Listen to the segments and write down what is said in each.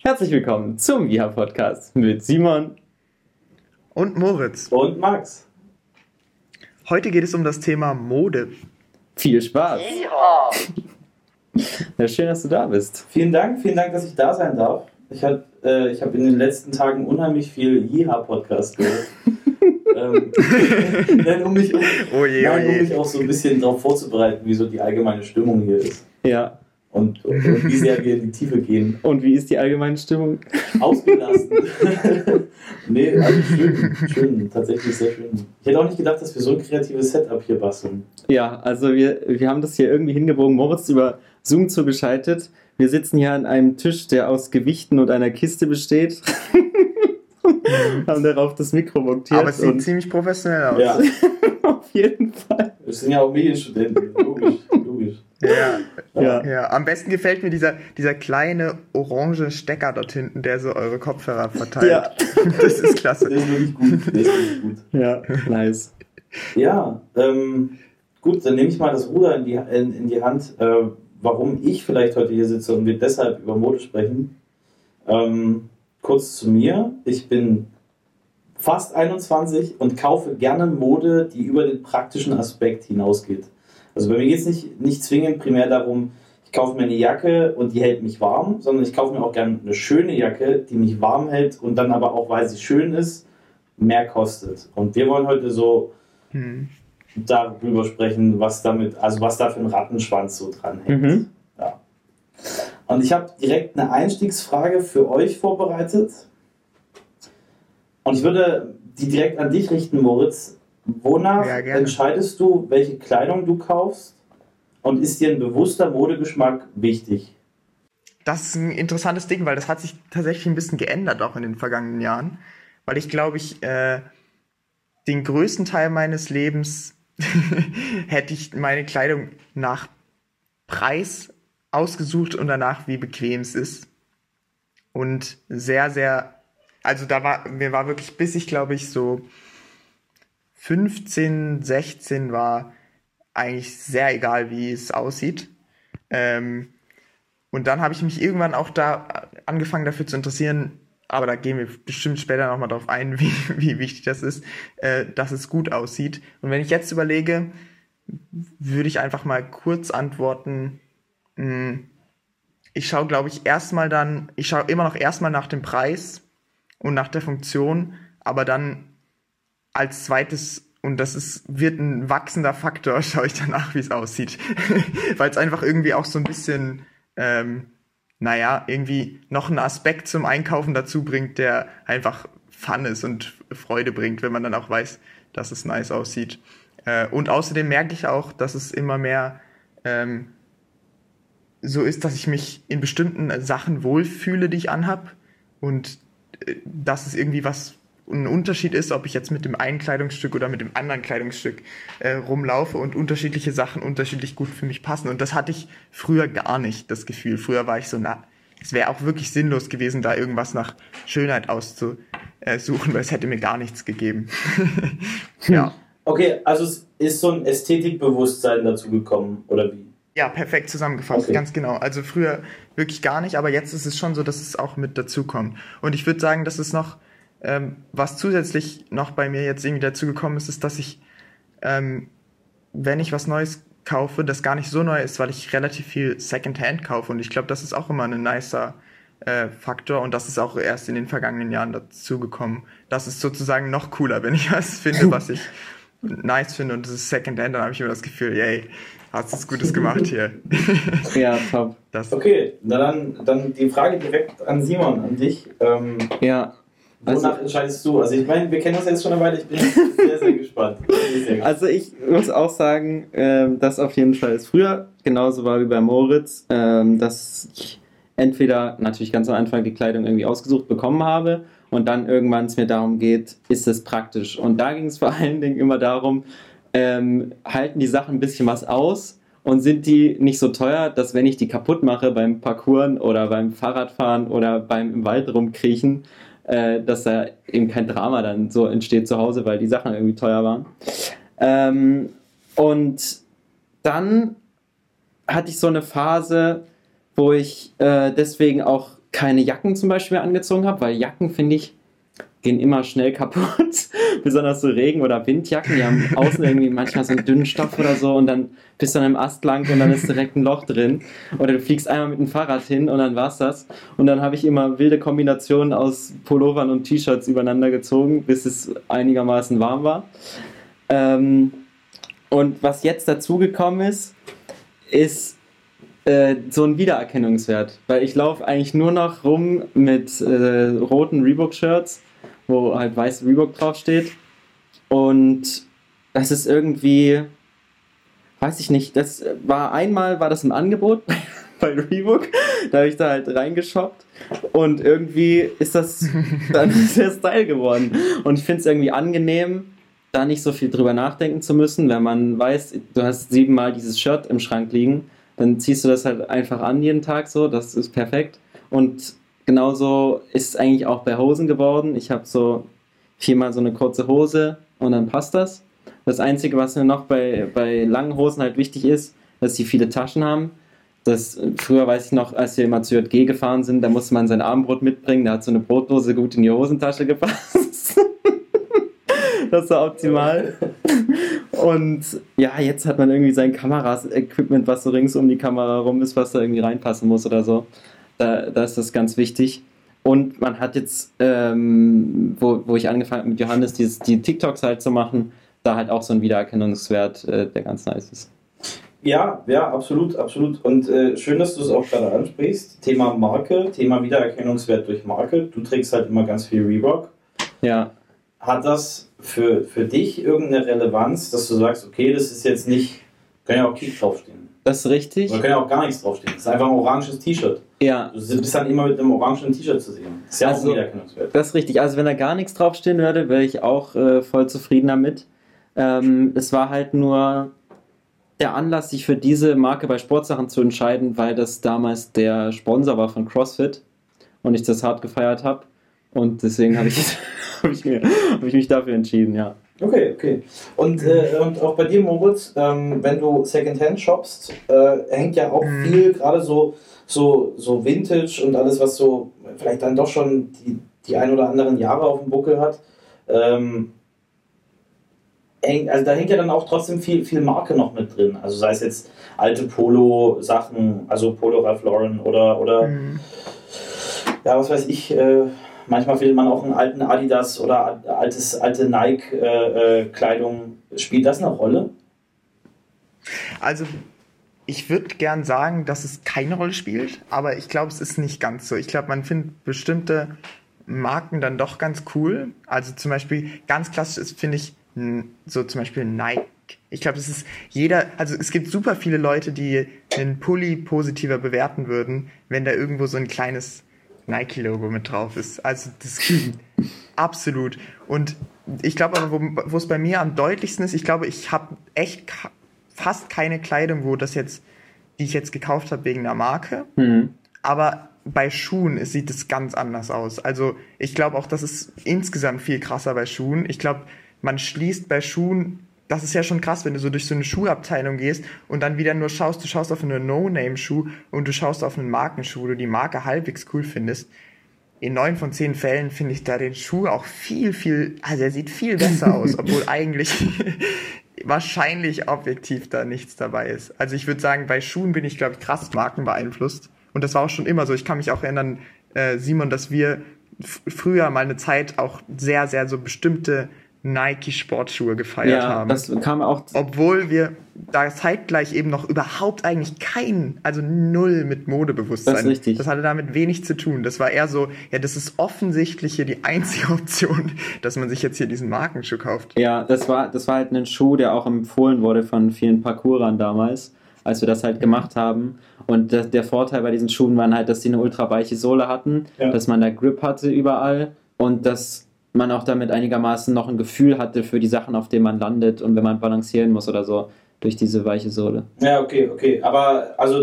Herzlich willkommen zum Viha-Podcast mit Simon und Moritz. Und Max. Heute geht es um das Thema Mode. Viel Spaß! Ja, schön, dass du da bist. Vielen Dank, dass ich da sein darf. Ich hab in den letzten Tagen unheimlich viel Jiha-Podcast gehört. um mich auch so ein bisschen darauf vorzubereiten, wie so die allgemeine Stimmung hier ist. Ja. Und wie sehr wir in die Tiefe gehen. Und wie ist die allgemeine Stimmung? Ausgelassen. Nee, also schön, tatsächlich sehr schön. Ich hätte auch nicht gedacht, dass wir so ein kreatives Setup hier basteln. Ja, also wir haben das hier irgendwie hingebogen. Moritz über Zoom zugeschaltet. Wir sitzen hier an einem Tisch, der aus Gewichten und einer Kiste besteht. Haben darauf das Mikro montiert. Aber es sieht ziemlich professionell aus. Ja. Auf jeden Fall. Wir sind ja auch Medienstudenten, logisch. Ja. Am besten gefällt mir dieser kleine orange Stecker dort hinten, der so eure Kopfhörer verteilt. Ja. Das ist klasse. Der ist wirklich gut. Ja, nice. Ja, gut, dann nehme ich mal das Ruder in die Hand, warum ich vielleicht heute hier sitze und wir deshalb über Mode sprechen. Kurz zu mir. Ich bin fast 21 und kaufe gerne Mode, die über den praktischen Aspekt hinausgeht. Also bei mir geht es nicht zwingend primär darum, ich kaufe mir eine Jacke und die hält mich warm, sondern ich kaufe mir auch gerne eine schöne Jacke, die mich warm hält und dann aber auch, weil sie schön ist, mehr kostet. Und wir wollen heute so darüber sprechen, was da für ein Rattenschwanz so dran hängt. Mhm. Ja. Und ich habe direkt eine Einstiegsfrage für euch vorbereitet. Und ich würde die direkt an dich richten, Moritz. Wonach entscheidest du, welche Kleidung du kaufst? Und ist dir ein bewusster Modegeschmack wichtig? Das ist ein interessantes Ding, weil das hat sich tatsächlich ein bisschen geändert auch in den vergangenen Jahren. Weil ich glaube, den größten Teil meines Lebens hätte ich meine Kleidung nach Preis ausgesucht und danach, wie bequem es ist. Und sehr, sehr, also mir war wirklich, bis ich glaube ich so 15, 16 war eigentlich sehr egal, wie es aussieht. Und dann habe ich mich irgendwann auch da angefangen dafür zu interessieren, aber da gehen wir bestimmt später nochmal drauf ein, wie wichtig das ist, dass es gut aussieht. Und wenn ich jetzt überlege, würde ich einfach mal kurz antworten, ich schaue immer noch erstmal nach dem Preis und nach der Funktion, aber dann als zweites, und wird ein wachsender Faktor, schaue ich danach, wie es aussieht. Weil es einfach irgendwie auch so ein bisschen, irgendwie noch einen Aspekt zum Einkaufen dazu bringt, der einfach Fun ist und Freude bringt, wenn man dann auch weiß, dass es nice aussieht. Und außerdem merke ich auch, dass es immer mehr so ist, dass ich mich in bestimmten Sachen wohlfühle, die ich anhab. Und dass es irgendwie ein Unterschied ist, ob ich jetzt mit dem einen Kleidungsstück oder mit dem anderen Kleidungsstück rumlaufe und unterschiedliche Sachen unterschiedlich gut für mich passen. Und das hatte ich früher gar nicht, das Gefühl. Früher war ich so, es wäre auch wirklich sinnlos gewesen, da irgendwas nach Schönheit auszusuchen, weil es hätte mir gar nichts gegeben. Ja. Okay, also es ist so ein Ästhetikbewusstsein dazu gekommen, oder wie? Ja, perfekt zusammengefasst, okay. Ganz genau. Also früher wirklich gar nicht, aber jetzt ist es schon so, dass es auch mit dazukommt. Und ich würde sagen, dass es noch was zusätzlich noch bei mir jetzt irgendwie dazugekommen ist, dass ich, wenn ich was Neues kaufe, das gar nicht so neu ist, weil ich relativ viel Secondhand kaufe. Und ich glaube, das ist auch immer ein nicer Faktor. Und das ist auch erst in den vergangenen Jahren dazugekommen. Das ist sozusagen noch cooler, wenn ich was finde, was ich nice finde und das ist Secondhand, dann habe ich immer das Gefühl, yay, hast du was Gutes gemacht hier. Ja, top. Okay, dann die Frage direkt an Simon, an dich. Ja. Wonach entscheidest du? Also ich meine, wir kennen uns jetzt schon eine Weile, ich bin sehr, sehr gespannt. Also ich muss auch sagen, dass auf jeden Fall es früher genauso war wie bei Moritz, dass ich entweder natürlich ganz am Anfang die Kleidung irgendwie ausgesucht bekommen habe und dann irgendwann es mir darum geht, ist es praktisch. Und da ging es vor allen Dingen immer darum, halten die Sachen ein bisschen was aus und sind die nicht so teuer, dass wenn ich die kaputt mache beim Parkouren oder beim Fahrradfahren oder beim im Wald rumkriechen, dass da eben kein Drama dann so entsteht zu Hause, weil die Sachen irgendwie teuer waren. Und dann hatte ich so eine Phase, wo ich deswegen auch keine Jacken zum Beispiel angezogen habe, weil Jacken, finde ich, gehen immer schnell kaputt. Besonders so Regen- oder Windjacken, die haben außen irgendwie manchmal so einen dünnen Stoff oder so und dann bist du an einem Ast lang und dann ist direkt ein Loch drin. Oder du fliegst einmal mit dem Fahrrad hin und dann war's das. Und dann habe ich immer wilde Kombinationen aus Pullovern und T-Shirts übereinander gezogen, bis es einigermaßen warm war. Und was jetzt dazugekommen ist so ein Wiedererkennungswert. Weil ich laufe eigentlich nur noch rum mit roten Reebok-Shirts, wo halt weiß Reebok draufsteht. Und das ist irgendwie, weiß ich nicht, einmal war das im Angebot bei Reebok, da habe ich da halt reingeshoppt und irgendwie ist das dann sehr Style geworden. Und ich finde es irgendwie angenehm, da nicht so viel drüber nachdenken zu müssen, wenn man weiß, du hast 7-mal dieses Shirt im Schrank liegen, dann ziehst du das halt einfach an jeden Tag so, das ist perfekt. Und genauso ist es eigentlich auch bei Hosen geworden. Ich habe so 4-mal so eine kurze Hose und dann passt das. Das Einzige, was mir noch bei langen Hosen halt wichtig ist, dass sie viele Taschen haben. Früher weiß ich noch, als wir immer zu JG gefahren sind, da musste man sein Abendbrot mitbringen, da hat so eine Brotdose gut in die Hosentasche gepasst. Das war optimal. Und ja, jetzt hat man irgendwie sein Kameras-Equipment, was so rings um die Kamera rum ist, was da irgendwie reinpassen muss oder so. Da ist das ganz wichtig. Und man hat jetzt, wo ich angefangen habe mit Johannes, die TikToks halt zu machen, da halt auch so ein Wiedererkennungswert, der ganz nice ist. Ja, absolut. Und schön, dass du es auch gerade ansprichst. Thema Marke, Thema Wiedererkennungswert durch Marke. Du trägst halt immer ganz viel Reebok. Ja. Hat das für dich irgendeine Relevanz, dass du sagst, okay, das ist jetzt nicht, kann ja auch Kick draufstehen. Das ist richtig. Oder kann ja auch gar nichts draufstehen. Das ist einfach ein oranges T-Shirt. Ja. Du bist dann immer mit einem orangen T-Shirt zu sehen. Das ist ja auch ein Wiedererkennungswert. Das ist richtig. Also wenn da gar nichts draufstehen würde, wäre ich auch voll zufrieden damit. Es war halt nur der Anlass, sich für diese Marke bei Sportsachen zu entscheiden, weil das damals der Sponsor war von CrossFit und ich das hart gefeiert habe. Und deswegen habe ich mich dafür entschieden, ja. Okay. Und auch bei dir, Moritz, wenn du Secondhand shoppst, hängt ja auch viel, gerade so Vintage und alles, was so vielleicht dann doch schon die ein oder anderen Jahre auf dem Buckel hat. Also da hängt ja dann auch trotzdem viel Marke noch mit drin. Also sei es jetzt alte Polo-Sachen, also Polo Ralph Lauren oder ja, was weiß ich, manchmal findet man auch einen alten Adidas oder alte Nike-Kleidung. Spielt das eine Rolle? Also, ich würde gern sagen, dass es keine Rolle spielt, aber ich glaube, es ist nicht ganz so. Ich glaube, man findet bestimmte Marken dann doch ganz cool. Also zum Beispiel, ganz klassisch ist, finde ich, so zum Beispiel Nike. Ich glaube, es gibt super viele Leute, die einen Pulli positiver bewerten würden, wenn da irgendwo so ein kleines Nike-Logo mit drauf ist. Also das absolut. Und ich glaube aber, wo es bei mir am deutlichsten ist, ich glaube, ich habe echt fast keine Kleidung, die ich jetzt gekauft habe wegen einer Marke. Mhm. Aber bei Schuhen sieht es ganz anders aus. Also ich glaube auch, das ist insgesamt viel krasser bei Schuhen. Ich glaube, man schließt bei Schuhen, das ist ja schon krass, wenn du so durch so eine Schuhabteilung gehst und dann wieder nur schaust, du schaust auf einen No-Name-Schuh und du schaust auf einen Markenschuh, wo du die Marke halbwegs cool findest. In 9 von 10 Fällen finde ich da den Schuh auch also er sieht viel besser aus, obwohl eigentlich wahrscheinlich objektiv da nichts dabei ist. Also ich würde sagen, bei Schuhen bin ich, glaube ich, krass markenbeeinflusst. Und das war auch schon immer so. Ich kann mich auch erinnern, Simon, dass wir früher mal eine Zeit auch sehr, sehr so bestimmte Nike-Sportschuhe gefeiert haben. Das kam auch. Obwohl wir da zeitgleich eben noch überhaupt eigentlich also null mit Modebewusstsein. Das ist richtig. Das hatte damit wenig zu tun. Das war eher so, ja, das ist offensichtlich hier die einzige Option, dass man sich jetzt hier diesen Markenschuh kauft. Ja, das war halt ein Schuh, der auch empfohlen wurde von vielen Parkourern damals, als wir das halt gemacht haben. Und der Vorteil bei diesen Schuhen war halt, dass die eine ultra weiche Sohle hatten, dass man da Grip hatte überall und dass man auch damit einigermaßen noch ein Gefühl hatte für die Sachen, auf denen man landet und wenn man balancieren muss oder so, durch diese weiche Sohle. Ja, okay. Aber also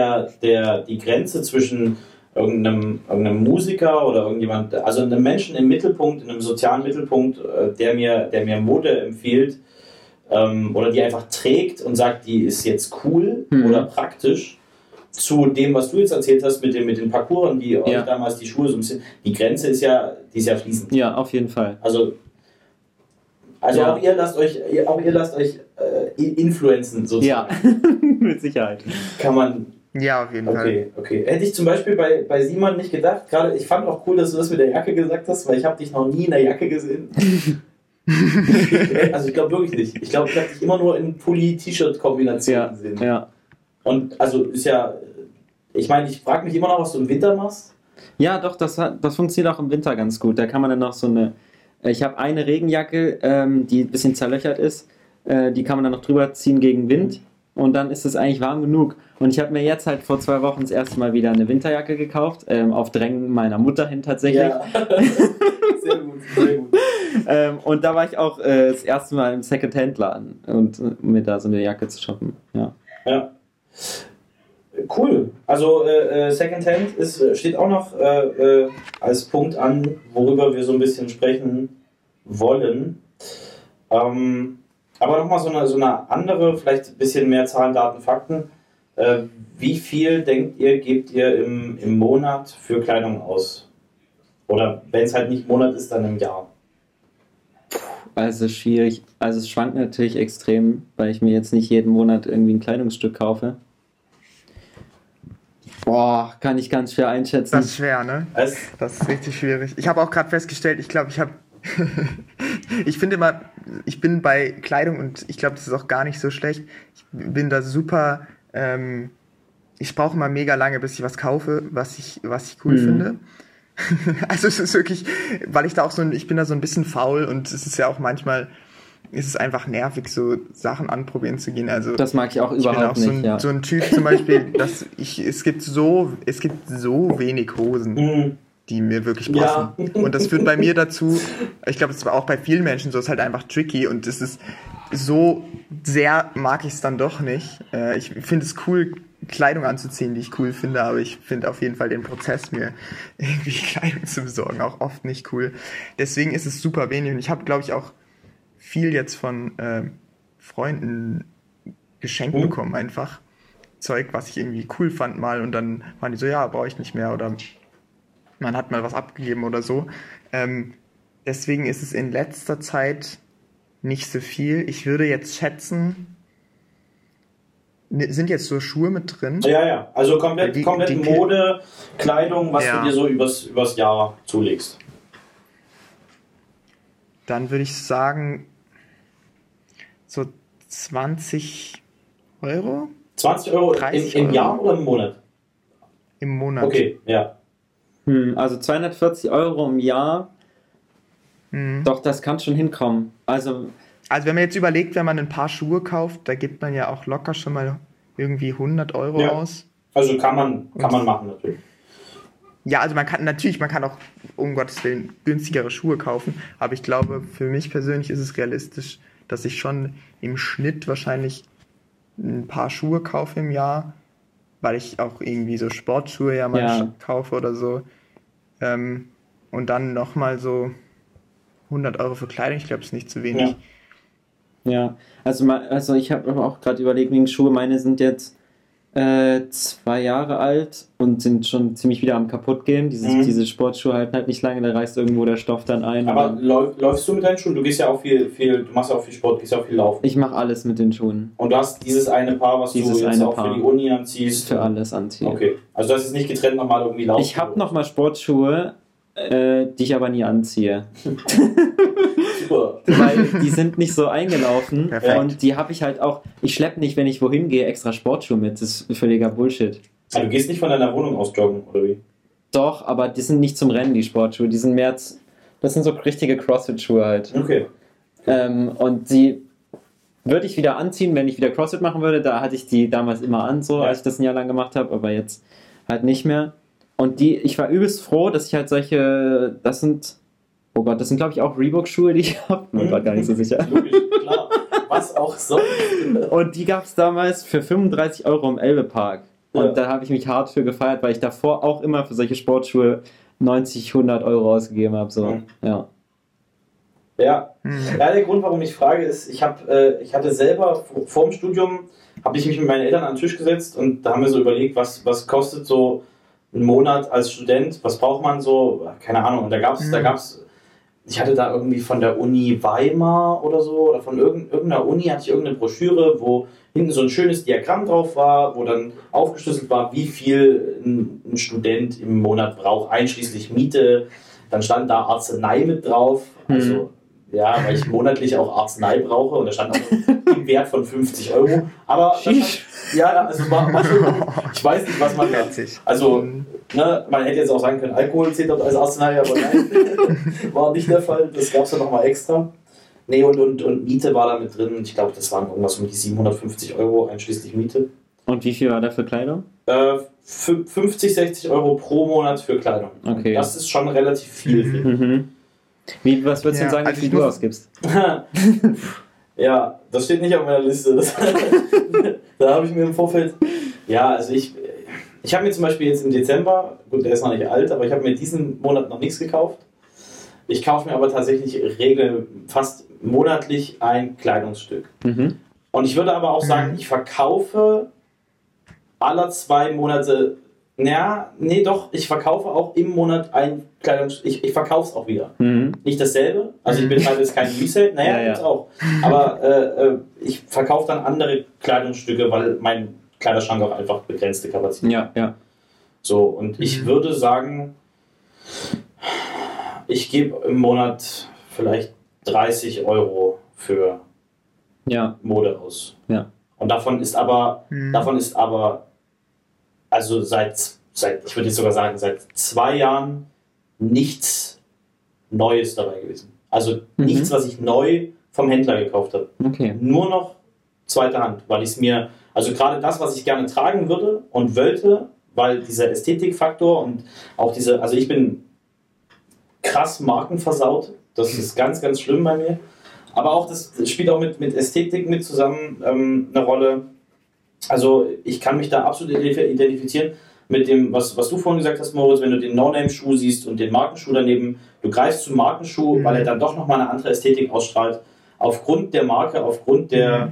die Grenze zwischen irgendeinem Musiker oder irgendjemand, also einem Menschen im Mittelpunkt, in einem sozialen Mittelpunkt, der mir Mode empfiehlt, oder die einfach trägt und sagt, die ist jetzt cool oder praktisch, zu dem, was du jetzt erzählt hast mit den Parcours, die euch damals die Schuhe so ein bisschen, die Grenze ist ja fließend. Ja, auf jeden Fall. Also Ja. auch ihr lasst euch influenzen sozusagen. Ja, mit Sicherheit. Kann man. Ja, auf jeden Fall. Okay. Hätte ich zum Beispiel bei Simon nicht gedacht. Gerade, ich fand auch cool, dass du das mit der Jacke gesagt hast, weil ich habe dich noch nie in der Jacke gesehen. Also ich glaube wirklich nicht. Ich glaube, ich habe dich immer nur in Pulli-T-Shirt-Kombination gesehen. Ja. Und also ist ja, ich meine, ich frage mich immer noch, was du im Winter machst. Ja, doch, das funktioniert auch im Winter ganz gut. Da kann man dann noch so eine. Ich habe eine Regenjacke, die ein bisschen zerlöchert ist. Die kann man dann noch drüber ziehen gegen Wind. Und dann ist es eigentlich warm genug. Und ich habe mir jetzt halt vor 2 Wochen das erste Mal wieder eine Winterjacke gekauft. Auf Drängen meiner Mutter hin tatsächlich. Ja. Sehr gut. Und da war ich auch das erste Mal im Second-Hand-Laden. Und mir da so eine Jacke zu shoppen. Ja. Cool. Also Secondhand steht auch noch als Punkt an, worüber wir so ein bisschen sprechen wollen. Aber nochmal so eine andere, vielleicht ein bisschen mehr Zahlen, Daten, Fakten. Wie viel denkt ihr, gebt ihr im Monat für Kleidung aus? Oder wenn es halt nicht Monat ist, dann im Jahr? Also schwierig. Also es schwankt natürlich extrem, weil ich mir jetzt nicht jeden Monat irgendwie ein Kleidungsstück kaufe. Boah, kann ich ganz schwer einschätzen. Das ist schwer, ne? Das ist richtig schwierig. Ich habe auch gerade festgestellt, ich glaube, ich finde immer, ich bin bei Kleidung und ich glaube, das ist auch gar nicht so schlecht. Ich bin da super, ich brauche immer mega lange, bis ich was kaufe, was ich cool finde. Also es ist wirklich, weil ich da auch ich bin da so ein bisschen faul und es ist ja auch manchmal, ist es einfach nervig, so Sachen anprobieren zu gehen. Also das mag ich auch überhaupt nicht. Ich bin auch so ein Typ zum Beispiel, es gibt so wenig Hosen, die mir wirklich passen. Ja. Und das führt bei mir dazu, ich glaube, es war auch bei vielen Menschen so, es ist halt einfach tricky und es ist so sehr mag ich es dann doch nicht. Ich finde es cool, Kleidung anzuziehen, die ich cool finde, aber ich finde auf jeden Fall den Prozess, mir irgendwie Kleidung zu besorgen, auch oft nicht cool. Deswegen ist es super wenig und ich habe, glaube ich, auch viel jetzt von Freunden geschenkt bekommen, einfach Zeug, was ich irgendwie cool fand mal und dann waren die so, ja, brauche ich nicht mehr oder man hat mal was abgegeben oder so. Deswegen ist es in letzter Zeit nicht so viel. Ich würde jetzt schätzen, sind jetzt so Schuhe mit drin? Ja. Also komplett Mode, Kleidung, was du dir so übers Jahr zulegst. Dann würde ich sagen, so 20 Euro? 20 Euro im Jahr oder im Monat? Im Monat. Okay, ja. Also 240 Euro im Jahr. Doch, das kann schon hinkommen. Also wenn man jetzt überlegt, wenn man ein paar Schuhe kauft, da gibt man ja auch locker schon mal irgendwie 100 Euro aus. Also kann man machen natürlich. Ja, also man kann auch um Gottes Willen günstigere Schuhe kaufen, aber ich glaube, für mich persönlich ist es realistisch, dass ich schon im Schnitt wahrscheinlich ein paar Schuhe kaufe im Jahr, weil ich auch irgendwie so Sportschuhe ja mal kaufe oder so. Und dann nochmal so 100 Euro für Kleidung, ich glaube, es ist nicht zu wenig. Ja, also ich habe auch gerade überlegt, wegen Schuhe, meine sind jetzt 2 Jahre alt und sind schon ziemlich wieder am kaputt gehen. Diese Sportschuhe halten halt nicht lange, da reißt irgendwo der Stoff dann ein. Aber läufst du mit deinen Schuhen? Du gehst ja auch du machst ja auch viel Sport, gehst ja auch viel laufen. Ich mache alles mit den Schuhen. Und du hast dieses eine Paar, was du jetzt auch für die Uni anziehst? Für alles anziehen. Okay, also das ist nicht getrennt nochmal irgendwie laufen? Ich habe nochmal Sportschuhe, die ich aber nie anziehe. Super. Weil die sind nicht so eingelaufen. Perfekt. Und die habe ich halt auch, ich schleppe nicht, wenn ich wohin gehe, extra Sportschuhe mit. Das ist völliger Bullshit. Also du gehst nicht von deiner Wohnung aus joggen, oder wie? Doch, aber die sind nicht zum Rennen, die Sportschuhe. Die sind mehr, das sind so richtige CrossFit-Schuhe halt. Okay. Und die würde ich wieder anziehen, wenn ich wieder CrossFit machen würde. Da hatte ich die damals immer an, als ich das ein Jahr lang gemacht habe, aber jetzt halt nicht mehr. Und ich war übelst froh, dass ich halt das sind glaube ich auch Reebok-Schuhe, die ich habe. Ich war gar nicht so sicher. Logisch, klar. Was auch sonst. Und die gab es damals für 35 Euro im Elbe-Park. Und da habe ich mich hart für gefeiert, weil ich davor auch immer für solche Sportschuhe 90, 100 Euro ausgegeben habe. So. Ja. Ja. Ja, der Grund, warum ich frage, ist, ich hatte selber vor dem Studium, habe ich mich mit meinen Eltern an den Tisch gesetzt und da haben wir so überlegt, was kostet so ein Monat als Student, was braucht man so, keine Ahnung. Und da gab's, ich hatte da irgendwie von der Uni Weimar oder so, oder von irgendeiner Uni hatte ich irgendeine Broschüre, wo hinten so ein schönes Diagramm drauf war, wo dann aufgeschlüsselt war, wie viel ein Student im Monat braucht, einschließlich Miete. Dann stand da Arznei mit drauf, also ja, weil ich monatlich auch Arznei brauche und da stand auch im Wert von 50 €. Aber also war schon, ich weiß nicht, was man da. Also, ne, man hätte jetzt auch sagen können, Alkohol zählt dort als Arznei, aber nein, war nicht der Fall. Das gab es dann nochmal extra. Nee, und Miete war da mit drin. Ich glaube, das waren irgendwas um die 750 € einschließlich Miete. Und wie viel war da für Kleidung? 50, 60 € pro Monat für Kleidung. Okay. Das ist schon relativ viel. Was würdest du sagen, wie viel du ausgibst? Ja, das steht nicht auf meiner Liste. Da habe ich mir im Vorfeld... Ja, also ich habe mir zum Beispiel jetzt im Dezember, gut, der ist noch nicht alt, aber ich habe mir diesen Monat noch nichts gekauft. Ich kaufe mir aber tatsächlich fast monatlich ein Kleidungsstück. Und ich würde aber auch sagen, ich verkaufe alle 2 Monate... ich verkaufe auch im Monat ein Kleidungsstück. Ich verkaufe es auch wieder. Nicht dasselbe. Also ich betreibe jetzt keinen Resale. Gibt's auch. Aber ich verkaufe dann andere Kleidungsstücke, weil mein Kleiderschrank auch einfach begrenzte Kapazität hat. Ja. So, und ich würde sagen, ich gebe im Monat vielleicht 30 € für Mode aus. Ja. Und davon ist aber also seit ich würde jetzt sogar sagen, seit 2 Jahren nichts Neues dabei gewesen. Also nichts, was ich neu vom Händler gekauft habe. Okay. Nur noch zweite Hand, weil ich es mir, also gerade das, was ich gerne tragen würde und wollte, weil dieser Ästhetikfaktor und auch also ich bin krass markenversaut. Das ist ganz, ganz schlimm bei mir. Aber auch das spielt auch mit Ästhetik mit zusammen eine Rolle. Also ich kann mich da absolut identifizieren mit dem, was du vorhin gesagt hast, Moritz, wenn du den No-Name-Schuh siehst und den Markenschuh daneben, du greifst zum Markenschuh, weil er dann doch nochmal eine andere Ästhetik ausstrahlt. Aufgrund der Marke, aufgrund der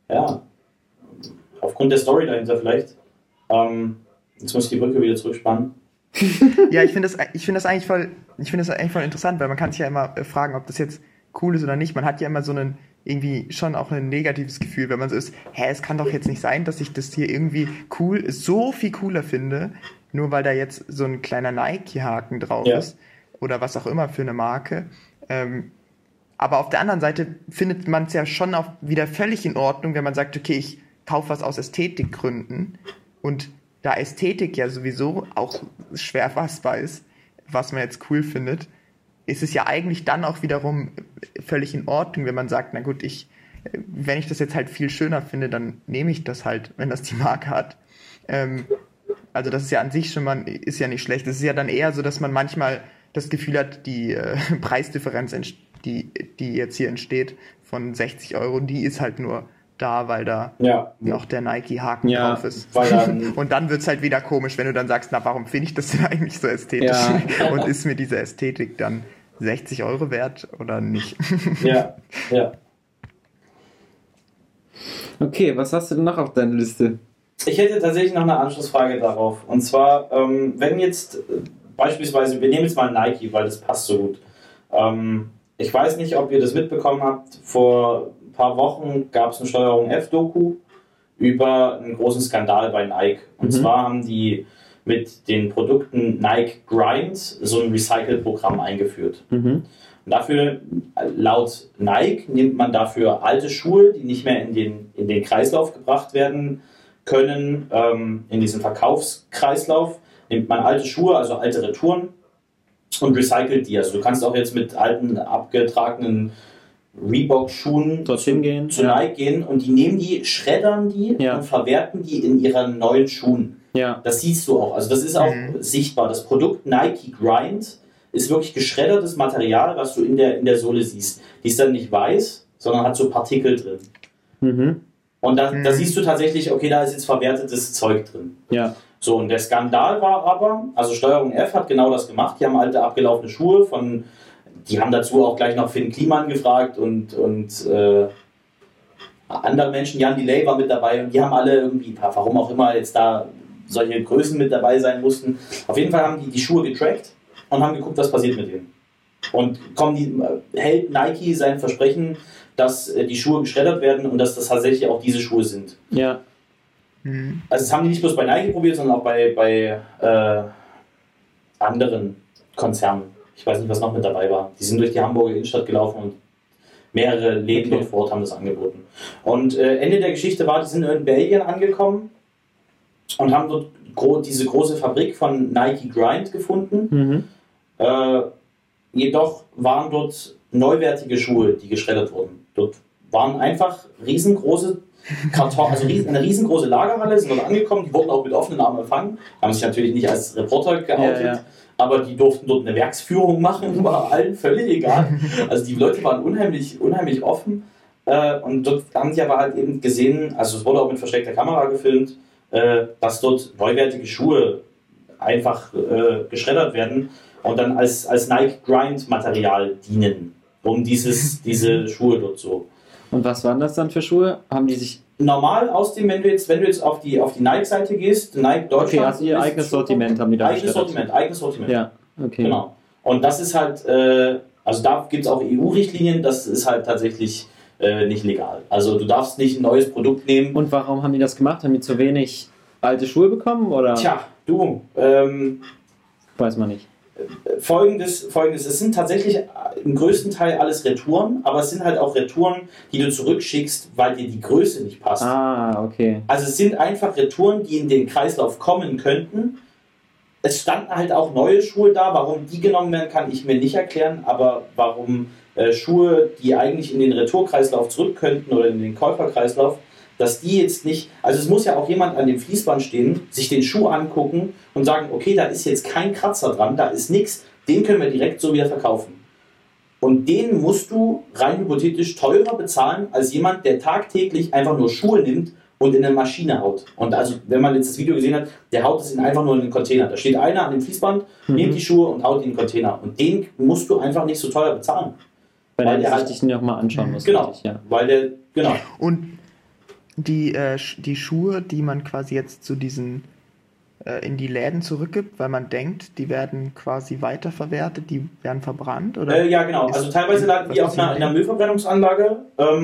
Story dahinter vielleicht. Jetzt muss ich die Brücke wieder zurückspannen. Ja, ich finde das eigentlich voll interessant, weil man kann sich ja immer fragen, ob das jetzt cool ist oder nicht. Man hat ja immer irgendwie schon auch ein negatives Gefühl, wenn man so ist, es kann doch jetzt nicht sein, dass ich das hier irgendwie so viel cooler finde, nur weil da jetzt so ein kleiner Nike-Haken drauf ist oder was auch immer für eine Marke. Aber auf der anderen Seite findet man es ja schon auch wieder völlig in Ordnung, wenn man sagt, okay, ich kaufe was aus Ästhetikgründen und da Ästhetik ja sowieso auch schwer fassbar ist, was man jetzt cool findet, ist es ja eigentlich dann auch wiederum völlig in Ordnung, wenn man sagt, na gut, wenn ich das jetzt halt viel schöner finde, dann nehme ich das halt, wenn das die Marke hat. Also das ist ja an sich schon mal, ist ja nicht schlecht. Es ist ja dann eher so, dass man manchmal das Gefühl hat, die Preisdifferenz, die jetzt hier entsteht, von 60 €, die ist halt nur da, weil da noch der Nike-Haken drauf ist. Und dann wird es halt wieder komisch, wenn du dann sagst, na, warum finde ich das denn eigentlich so ästhetisch? Und ist mir diese Ästhetik dann 60 € wert oder nicht? Ja. Okay, was hast du denn noch auf deiner Liste? Ich hätte tatsächlich noch eine Anschlussfrage darauf. Und zwar, wenn jetzt beispielsweise, wir nehmen jetzt mal Nike, weil das passt so gut. Ich weiß nicht, ob ihr das mitbekommen habt, vor ein paar Wochen gab es eine Steuerung F-Doku über einen großen Skandal bei Nike. Und zwar haben die mit den Produkten Nike Grind so ein Recycle-Programm eingeführt. Und dafür, laut Nike, nimmt man dafür alte Schuhe, die nicht mehr in den Kreislauf gebracht werden können, in diesen Verkaufskreislauf, nimmt man alte Schuhe, also alte Retouren, und recycelt die. Also du kannst auch jetzt mit alten, abgetragenen Reebok-Schuhen zu Nike gehen und die nehmen die, schreddern die und verwerten die in ihren neuen Schuhen. Ja. Das siehst du auch. Also das ist auch sichtbar. Das Produkt Nike Grind ist wirklich geschreddertes Material, was du in der Sohle siehst. Die ist dann nicht weiß, sondern hat so Partikel drin. Und da siehst du tatsächlich, okay, da ist jetzt verwertetes Zeug drin. Ja. So, und der Skandal war aber, also Steuerung F hat genau das gemacht. Die haben alte abgelaufene Schuhe von die haben dazu auch gleich noch Finn Kliman gefragt und andere Menschen, Jan Delay war mit dabei und die haben alle irgendwie, warum auch immer jetzt da solche Größen mit dabei sein mussten. Auf jeden Fall haben die Schuhe getrackt und haben geguckt, was passiert mit denen. Und hält Nike sein Versprechen, dass die Schuhe geschreddert werden und dass das tatsächlich auch diese Schuhe sind. Ja. Also das haben die nicht bloß bei Nike probiert, sondern auch bei anderen Konzernen. Ich weiß nicht, was noch mit dabei war. Die sind durch die Hamburger Innenstadt gelaufen und mehrere Läden dort vor Ort haben das angeboten. Und Ende der Geschichte war, die sind in Belgien angekommen und haben dort diese große Fabrik von Nike Grind gefunden. Jedoch waren dort neuwertige Schuhe, die geschreddert wurden. Dort waren einfach riesengroße Karton, also eine riesengroße Lagerhalle, sind dort angekommen, die wurden auch mit offenen Armen empfangen, haben sich natürlich nicht als Reporter geoutet, aber die durften dort eine Werksführung machen, war allen völlig egal. Also die Leute waren unheimlich offen und dort haben die aber halt eben gesehen, also es wurde auch mit versteckter Kamera gefilmt, dass dort neuwertige Schuhe einfach geschreddert werden und dann als Nike Grind Material dienen, um diese Schuhe dort so. Und was waren das dann für Schuhe? Haben die sich normal aus dem, wenn du jetzt auf die Nike-Seite gehst, Nike Deutschland. Okay, also ihr eigenes Sortiment haben die da eigenes Sortiment. Ja, okay. Genau. Und das ist halt, also da gibt es auch EU-Richtlinien, das ist halt tatsächlich nicht legal. Also du darfst nicht ein neues Produkt nehmen. Und warum haben die das gemacht? Haben die zu wenig alte Schuhe bekommen? Oder? Tja, weiß man nicht. Folgendes, es sind tatsächlich im größten Teil alles Retouren, aber es sind halt auch Retouren, die du zurückschickst, weil dir die Größe nicht passt. Ah, okay. Also es sind einfach Retouren, die in den Kreislauf kommen könnten. Es standen halt auch neue Schuhe da, warum die genommen werden, kann ich mir nicht erklären, aber warum Schuhe, die eigentlich in den Retourkreislauf zurück könnten oder in den Käuferkreislauf, dass die jetzt nicht, also es muss ja auch jemand an dem Fließband stehen, sich den Schuh angucken und sagen, okay, da ist jetzt kein Kratzer dran, da ist nichts, den können wir direkt so wieder verkaufen. Und den musst du rein hypothetisch teurer bezahlen als jemand, der tagtäglich einfach nur Schuhe nimmt und in eine Maschine haut. Und also, wenn man jetzt das Video gesehen hat, der haut es einfach nur in den Container. Da steht einer an dem Fließband, nimmt die Schuhe und haut in den Container. Und den musst du einfach nicht so teuer bezahlen. Weil der sich noch mal anschauen muss. Genau, richtig, ja. Genau. Und die Schuhe, die man quasi jetzt zu diesen in die Läden zurückgibt, weil man denkt, die werden quasi weiterverwertet, die werden verbrannt? Oder ja, genau. Also teilweise landen die auf einer Müllverbrennungsanlage.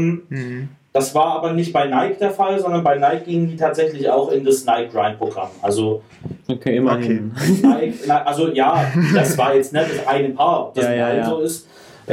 Das war aber nicht bei Nike der Fall, sondern bei Nike gingen die tatsächlich auch in das Nike Grind Programm. Also okay, immerhin. Nike, also ja, das war jetzt nicht das eine Paar, ob das so ist.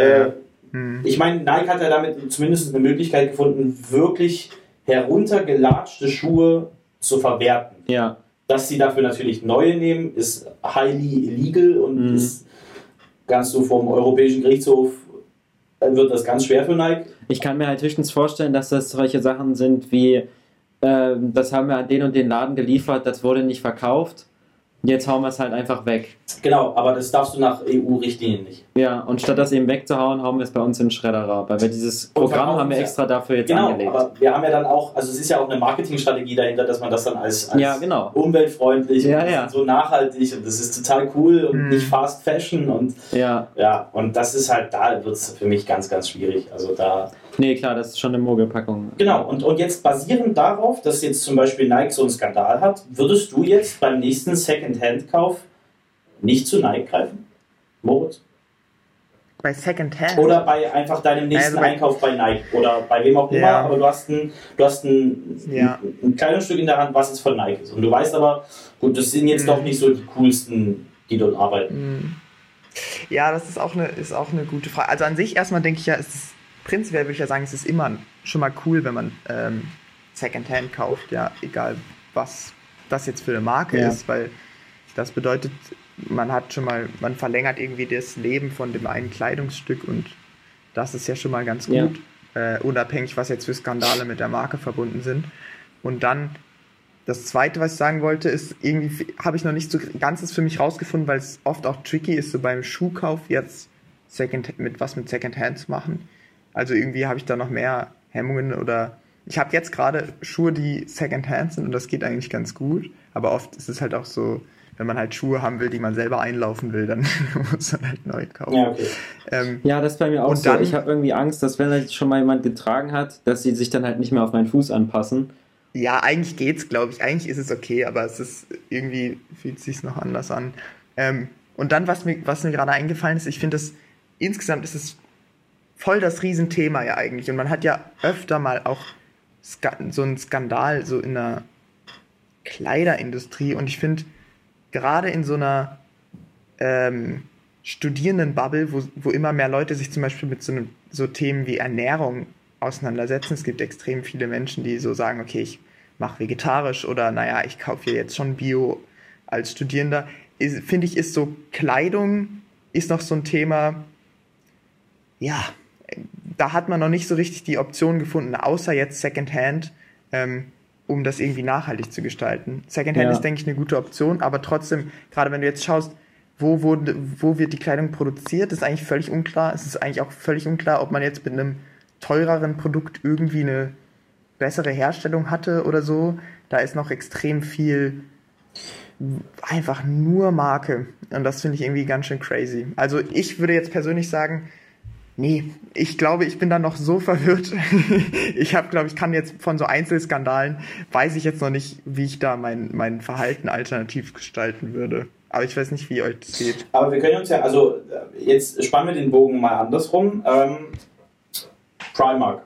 Ich meine, Nike hat ja damit zumindest eine Möglichkeit gefunden, wirklich heruntergelatschte Schuhe zu verwerten. Ja. Dass sie dafür natürlich neue nehmen, ist highly illegal und ist, kannst du vom Europäischen Gerichtshof, wird das ganz schwer für Nike. Ich kann mir halt höchstens vorstellen, dass das solche Sachen sind wie, das haben wir an den und den Laden geliefert, das wurde nicht verkauft, jetzt hauen wir es halt einfach weg. Genau, aber das darfst du nach EU-Richtlinien nicht. Ja, und statt das eben wegzuhauen, hauen wir es bei uns in den Schredderer, weil wir dieses Programm haben wir extra dafür jetzt angelegt. Aber wir haben ja dann auch, also es ist ja auch eine Marketingstrategie dahinter, dass man das dann als umweltfreundlich und so nachhaltig und das ist total cool und nicht Fast Fashion und und das ist halt, da wird es für mich ganz, ganz schwierig. Also da... Nee, klar, das ist schon eine Mogelpackung. Genau, und jetzt basierend darauf, dass jetzt zum Beispiel Nike so einen Skandal hat, würdest du jetzt beim nächsten Second-Hand-Kauf nicht zu Nike greifen? Moritz? Bei Second-Hand? Oder bei einfach deinem nächsten Einkauf bei Nike oder bei wem auch immer, aber du hast ein Kleidungsstück in der Hand, was jetzt von Nike ist. Und du weißt aber, gut, das sind jetzt doch nicht so die coolsten, die dort arbeiten. Ja, das ist auch eine gute Frage. Also an sich erstmal denke ich ja, prinzipiell würde ich ja sagen, es ist immer schon mal cool, wenn man Secondhand kauft, ja, egal was das jetzt für eine Marke ist, weil das bedeutet, man verlängert irgendwie das Leben von dem einen Kleidungsstück und das ist ja schon mal ganz gut, unabhängig, was jetzt für Skandale mit der Marke verbunden sind. Und dann das Zweite, was ich sagen wollte, ist, irgendwie habe ich noch nicht so ganzes für mich rausgefunden, weil es oft auch tricky ist, so beim Schuhkauf jetzt mit Secondhand zu machen. Also irgendwie habe ich da noch mehr Hemmungen oder ich habe jetzt gerade Schuhe, die Secondhand sind und das geht eigentlich ganz gut, aber oft ist es halt auch so, wenn man halt Schuhe haben will, die man selber einlaufen will, dann muss man halt neu kaufen. Ja, okay. Ja, das ist bei mir auch und so. dann- Ich habe irgendwie Angst, dass wenn das schon mal jemand getragen hat, dass sie sich dann halt nicht mehr auf meinen Fuß anpassen. Ja, eigentlich geht's, glaube ich. Eigentlich ist es okay, aber es ist irgendwie fühlt sich's noch anders an. Und dann, was mir gerade eingefallen ist, ich finde das insgesamt ist es voll das Riesenthema ja eigentlich. Und man hat ja öfter mal auch so einen Skandal so in der Kleiderindustrie. Und ich finde, gerade in so einer Studierendenbubble, wo immer mehr Leute sich zum Beispiel mit so Themen wie Ernährung auseinandersetzen. Es gibt extrem viele Menschen, die so sagen, okay, ich mache vegetarisch oder naja, ich kaufe hier jetzt schon Bio als Studierender. Finde ich, ist so Kleidung ist noch so ein Thema, ja, da hat man noch nicht so richtig die Option gefunden, außer jetzt Secondhand, um das irgendwie nachhaltig zu gestalten. Secondhand ist, denke ich, eine gute Option, aber trotzdem, gerade wenn du jetzt schaust, wo wird die Kleidung produziert, ist eigentlich völlig unklar. Es ist eigentlich auch völlig unklar, ob man jetzt mit einem teureren Produkt irgendwie eine bessere Herstellung hatte oder so. Da ist noch extrem viel einfach nur Marke. Und das finde ich irgendwie ganz schön crazy. Also ich würde jetzt persönlich sagen, nee, ich glaube, ich bin da noch so verwirrt. Ich kann jetzt von so Einzelskandalen, weiß ich jetzt noch nicht, wie ich da mein Verhalten alternativ gestalten würde. Aber ich weiß nicht, wie euch das geht. Aber wir können uns ja, also jetzt spannen wir den Bogen mal andersrum. Primark.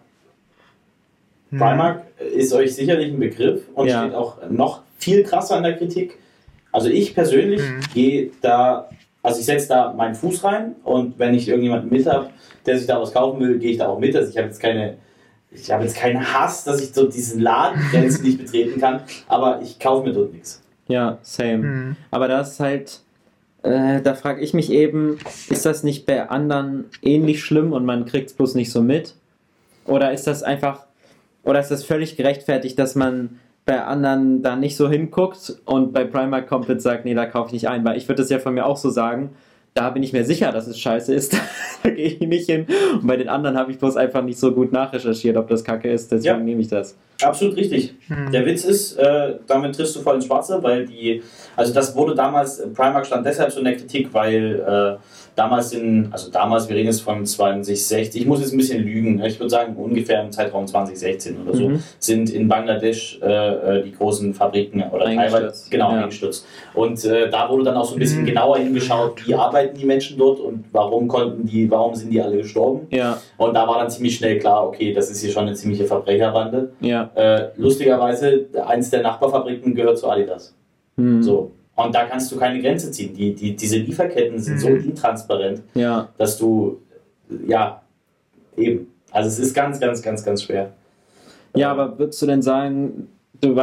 Primark ist euch sicherlich ein Begriff und steht auch noch viel krasser in der Kritik. Also ich persönlich gehe da, also ich setze da meinen Fuß rein und wenn ich irgendjemanden mit habe, der sich da was kaufen will, gehe ich da auch mit. Also ich habe jetzt keinen Hass, dass ich so diesen Ladengrenzen nicht betreten kann, aber ich kaufe mir dort nichts. Ja, same. Aber das ist halt, da frage ich mich eben, ist das nicht bei anderen ähnlich schlimm und man kriegt es bloß nicht so mit? Oder ist das völlig gerechtfertigt, dass man bei anderen da nicht so hinguckt und bei Primark komplett sagt, nee, da kaufe ich nicht ein? Weil ich würde das ja von mir auch so sagen, da bin ich mir sicher, dass es scheiße ist, da gehe ich nicht hin. Und bei den anderen habe ich bloß einfach nicht so gut nachrecherchiert, ob das Kacke ist, deswegen nehme ich das. Absolut richtig. Der Witz ist, damit triffst du voll ins Schwarze, weil das wurde damals, Primark stand deshalb so in der Kritik, weil damals, wir reden jetzt von 2016, ich muss jetzt ein bisschen lügen, ich würde sagen ungefähr im Zeitraum 2016 oder so, sind in Bangladesch die großen Fabriken oder teilweise eingestürzt. Und da wurde dann auch so ein bisschen genauer hingeschaut, wie arbeiten die Menschen dort und warum sind die alle gestorben. Ja. Und da war dann ziemlich schnell klar, okay, das ist hier schon eine ziemliche Verbrecherbande. Ja. Lustigerweise, eins der Nachbarfabriken gehört zu Adidas. So. Und da kannst du keine Grenze ziehen. Diese Lieferketten sind so intransparent, dass du, eben. Also es ist ganz, ganz, ganz, ganz schwer. Ja, aber würdest du denn sagen, du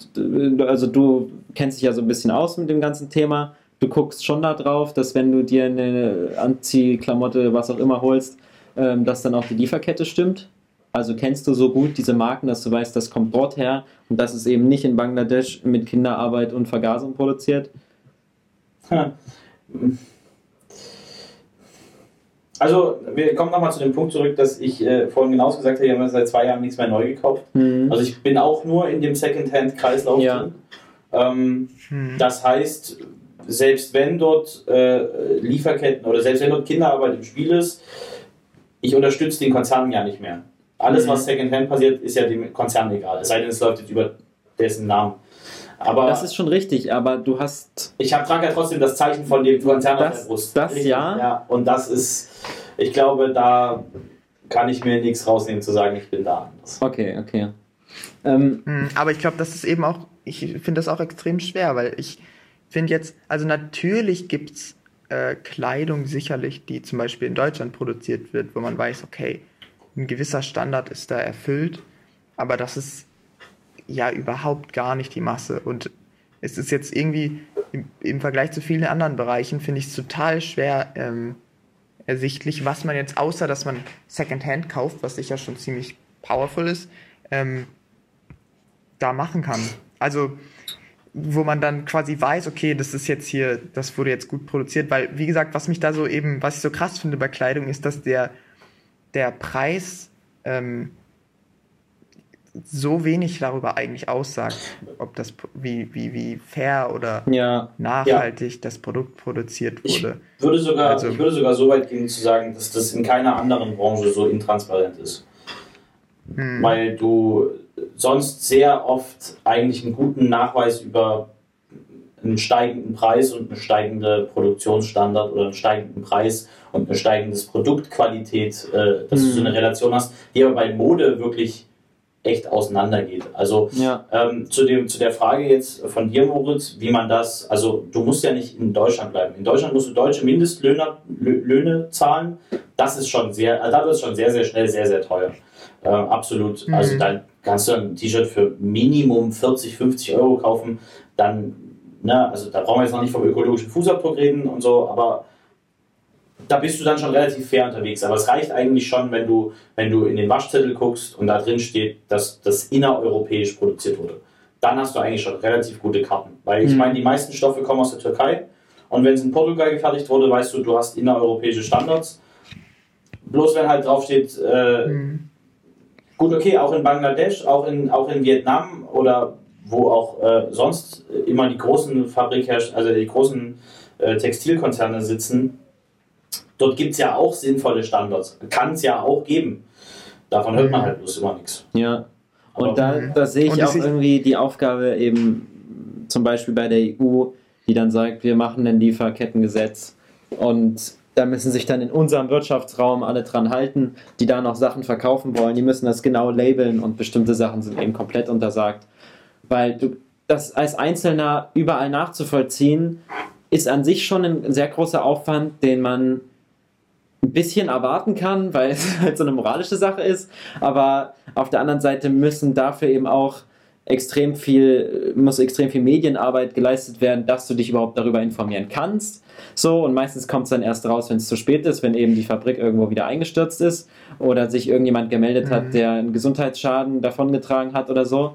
kennst dich ja so ein bisschen aus mit dem ganzen Thema, du guckst schon da drauf, dass wenn du dir eine Anziehklamotte, was auch immer holst, dass dann auch die Lieferkette stimmt? Also kennst du so gut diese Marken, dass du weißt, das kommt dort her und das ist eben nicht in Bangladesch mit Kinderarbeit und Vergasung produziert? Also wir kommen nochmal zu dem Punkt zurück, dass ich vorhin genauso gesagt habe, ich habe seit 2 Jahren nichts mehr neu gekauft. Also ich bin auch nur in dem Secondhand-Kreislauf drin. Das heißt, selbst wenn dort Lieferketten oder selbst wenn dort Kinderarbeit im Spiel ist, ich unterstütze den Konzern ja nicht mehr. Alles, was Secondhand passiert, ist ja dem Konzern egal. Es sei denn, es läuft jetzt über dessen Namen. Aber das ist schon richtig, aber du hast... Ich trage ja trotzdem das Zeichen von dem Konzern auf der Brust. Ja. Und das ist... Ich glaube, da kann ich mir nichts rausnehmen, zu sagen, ich bin da anders. Okay. Aber ich glaube, das ist eben auch... Ich finde das auch extrem schwer, weil ich finde jetzt... Also natürlich gibt es Kleidung sicherlich, die zum Beispiel in Deutschland produziert wird, wo man weiß, okay, ein gewisser Standard ist da erfüllt, aber das ist ja überhaupt gar nicht die Masse. Und es ist jetzt irgendwie im Vergleich zu vielen anderen Bereichen, finde ich es total schwer ersichtlich, was man jetzt, außer dass man Secondhand kauft, was sicher schon ziemlich powerful ist, da machen kann. Also wo man dann quasi weiß, okay, das wurde jetzt gut produziert, weil, wie gesagt, was ich so krass finde bei Kleidung, ist, dass der Preis so wenig darüber eigentlich aussagt, ob das wie fair oder nachhaltig das Produkt produziert wurde. Ich würde sogar so weit gehen zu sagen, dass das in keiner anderen Branche so intransparent ist. Weil du sonst sehr oft eigentlich einen guten Nachweis über einen steigenden Preis und eine steigende Produktionsstandard oder einen steigenden Preis und eine steigende Produktqualität, dass du so eine Relation hast, die aber bei Mode wirklich echt auseinandergeht. Also zu der Frage jetzt von dir, Moritz, wie man das, also du musst ja nicht in Deutschland bleiben. In Deutschland musst du deutsche Mindestlöhne zahlen. Das ist schon da wird es schon sehr, sehr schnell sehr, sehr teuer. Absolut. Also dann kannst du ein T-Shirt für Minimum 40, 50 Euro kaufen. Dann, also da brauchen wir jetzt noch nicht vom ökologischen Fußabdruck reden und so, aber da bist du dann schon relativ fair unterwegs. Aber es reicht eigentlich schon, wenn du in den Waschzettel guckst und da drin steht, dass das innereuropäisch produziert wurde. Dann hast du eigentlich schon relativ gute Karten. Weil ich meine, die meisten Stoffe kommen aus der Türkei und wenn es in Portugal gefertigt wurde, weißt du, du hast innereuropäische Standards. Bloß wenn halt draufsteht, gut, okay, auch in Bangladesch, auch in Vietnam oder wo auch sonst immer die großen also die großen Textilkonzerne sitzen, dort gibt es ja auch sinnvolle Standards. Kann es ja auch geben. Davon hört man halt bloß immer nichts. Ja, und da sehe ich auch irgendwie die Aufgabe eben zum Beispiel bei der EU, die dann sagt, wir machen ein Lieferkettengesetz und da müssen sich dann in unserem Wirtschaftsraum alle dran halten, die da noch Sachen verkaufen wollen. Die müssen das genau labeln und bestimmte Sachen sind eben komplett untersagt. Weil das als Einzelner überall nachzuvollziehen, ist an sich schon ein sehr großer Aufwand, den man ein bisschen erwarten kann, weil es halt so eine moralische Sache ist. Aber auf der anderen Seite müssen dafür eben auch extrem viel Medienarbeit geleistet werden, dass du dich überhaupt darüber informieren kannst. So, und meistens kommt es dann erst raus, wenn es zu spät ist, wenn eben die Fabrik irgendwo wieder eingestürzt ist oder sich irgendjemand gemeldet hat, der einen Gesundheitsschaden davongetragen hat oder so.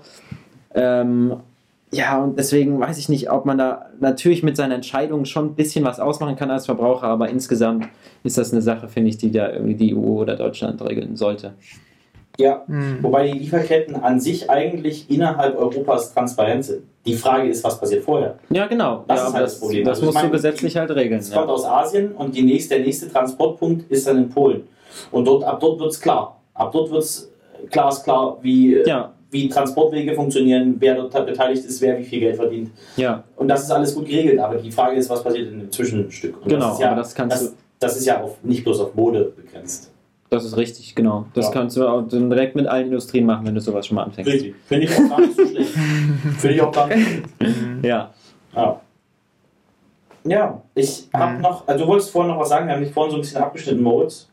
Und deswegen weiß ich nicht, ob man da natürlich mit seiner Entscheidung schon ein bisschen was ausmachen kann als Verbraucher, aber insgesamt ist das eine Sache, finde ich, die da irgendwie die EU oder Deutschland regeln sollte. Ja, wobei die Lieferketten an sich eigentlich innerhalb Europas transparent sind. Die Frage ist, was passiert vorher? Ja, genau. Das ist halt das Problem. Das musst du gesetzlich halt regeln. Es kommt aus Asien und der nächste Transportpunkt ist dann in Polen. Und ab dort wird es klar. Ab dort wird es glasklar, wie Transportwege funktionieren, wer dort beteiligt ist, wer wie viel Geld verdient. Ja. Und das ist alles gut geregelt. Aber die Frage ist, was passiert in dem Zwischenstück? Und genau, das ist ja nicht bloß auf Mode begrenzt. Das ist richtig, genau. Das kannst du auch direkt mit allen Industrien machen, wenn du sowas schon mal anfängst. Richtig. Finde ich auch gar nicht so schlecht. Ja. Ja, ich habe noch, also du wolltest vorhin noch was sagen, wir haben dich vorhin so ein bisschen abgeschnitten, Moritz.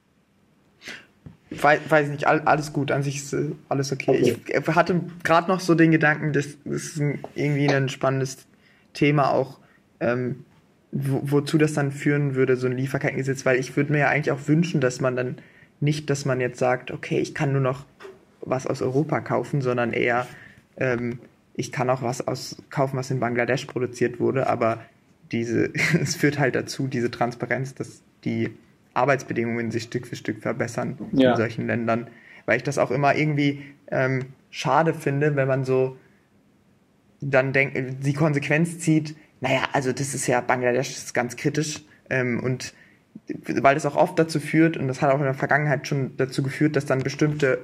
Weiß nicht, alles gut, an sich ist alles okay. Ich hatte gerade noch so den Gedanken, das ist irgendwie ein spannendes Thema auch, wozu das dann führen würde, so ein Lieferkettengesetz, weil ich würde mir ja eigentlich auch wünschen, dass man dann nicht, dass man jetzt sagt, okay, ich kann nur noch was aus Europa kaufen, sondern eher, ich kann auch was kaufen, was in Bangladesch produziert wurde, aber es führt halt dazu, diese Transparenz, dass die Arbeitsbedingungen sich Stück für Stück verbessern in solchen Ländern, weil ich das auch immer irgendwie schade finde, wenn man so dann die Konsequenz zieht, naja, also das ist ja, Bangladesch ist ganz kritisch und weil das auch oft dazu führt, und das hat auch in der Vergangenheit schon dazu geführt, dass dann bestimmte,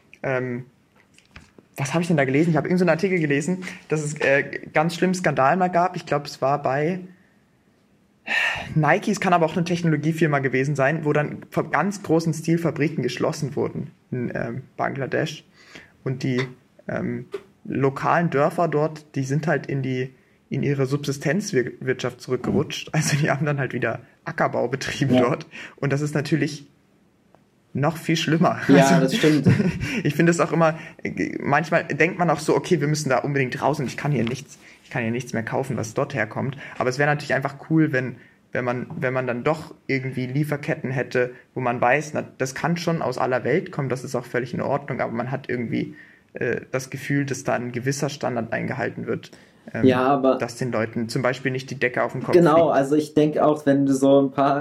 was habe ich denn da gelesen? Ich habe irgendeinen Artikel gelesen, dass es ganz schlimmen Skandal mal gab, ich glaube, es war bei Nike, es kann aber auch eine Technologiefirma gewesen sein, wo dann von ganz großen Stil Fabriken geschlossen wurden in Bangladesch und die lokalen Dörfer dort, die sind halt in ihre Subsistenzwirtschaft zurückgerutscht. Also die haben dann halt wieder Ackerbau betrieben dort. Und das ist natürlich noch viel schlimmer. Ja, also, das stimmt. Ich finde es auch immer, manchmal denkt man auch so, okay, wir müssen da unbedingt raus und ich kann hier nichts mehr kaufen, was dort herkommt. Aber es wäre natürlich einfach cool, wenn man dann doch irgendwie Lieferketten hätte, wo man weiß, das kann schon aus aller Welt kommen, das ist auch völlig in Ordnung, aber man hat irgendwie das Gefühl, dass da ein gewisser Standard eingehalten wird. Aber dass den Leuten zum Beispiel nicht die Decke auf den Kopf fliegt. Also ich denke auch, wenn du so ein paar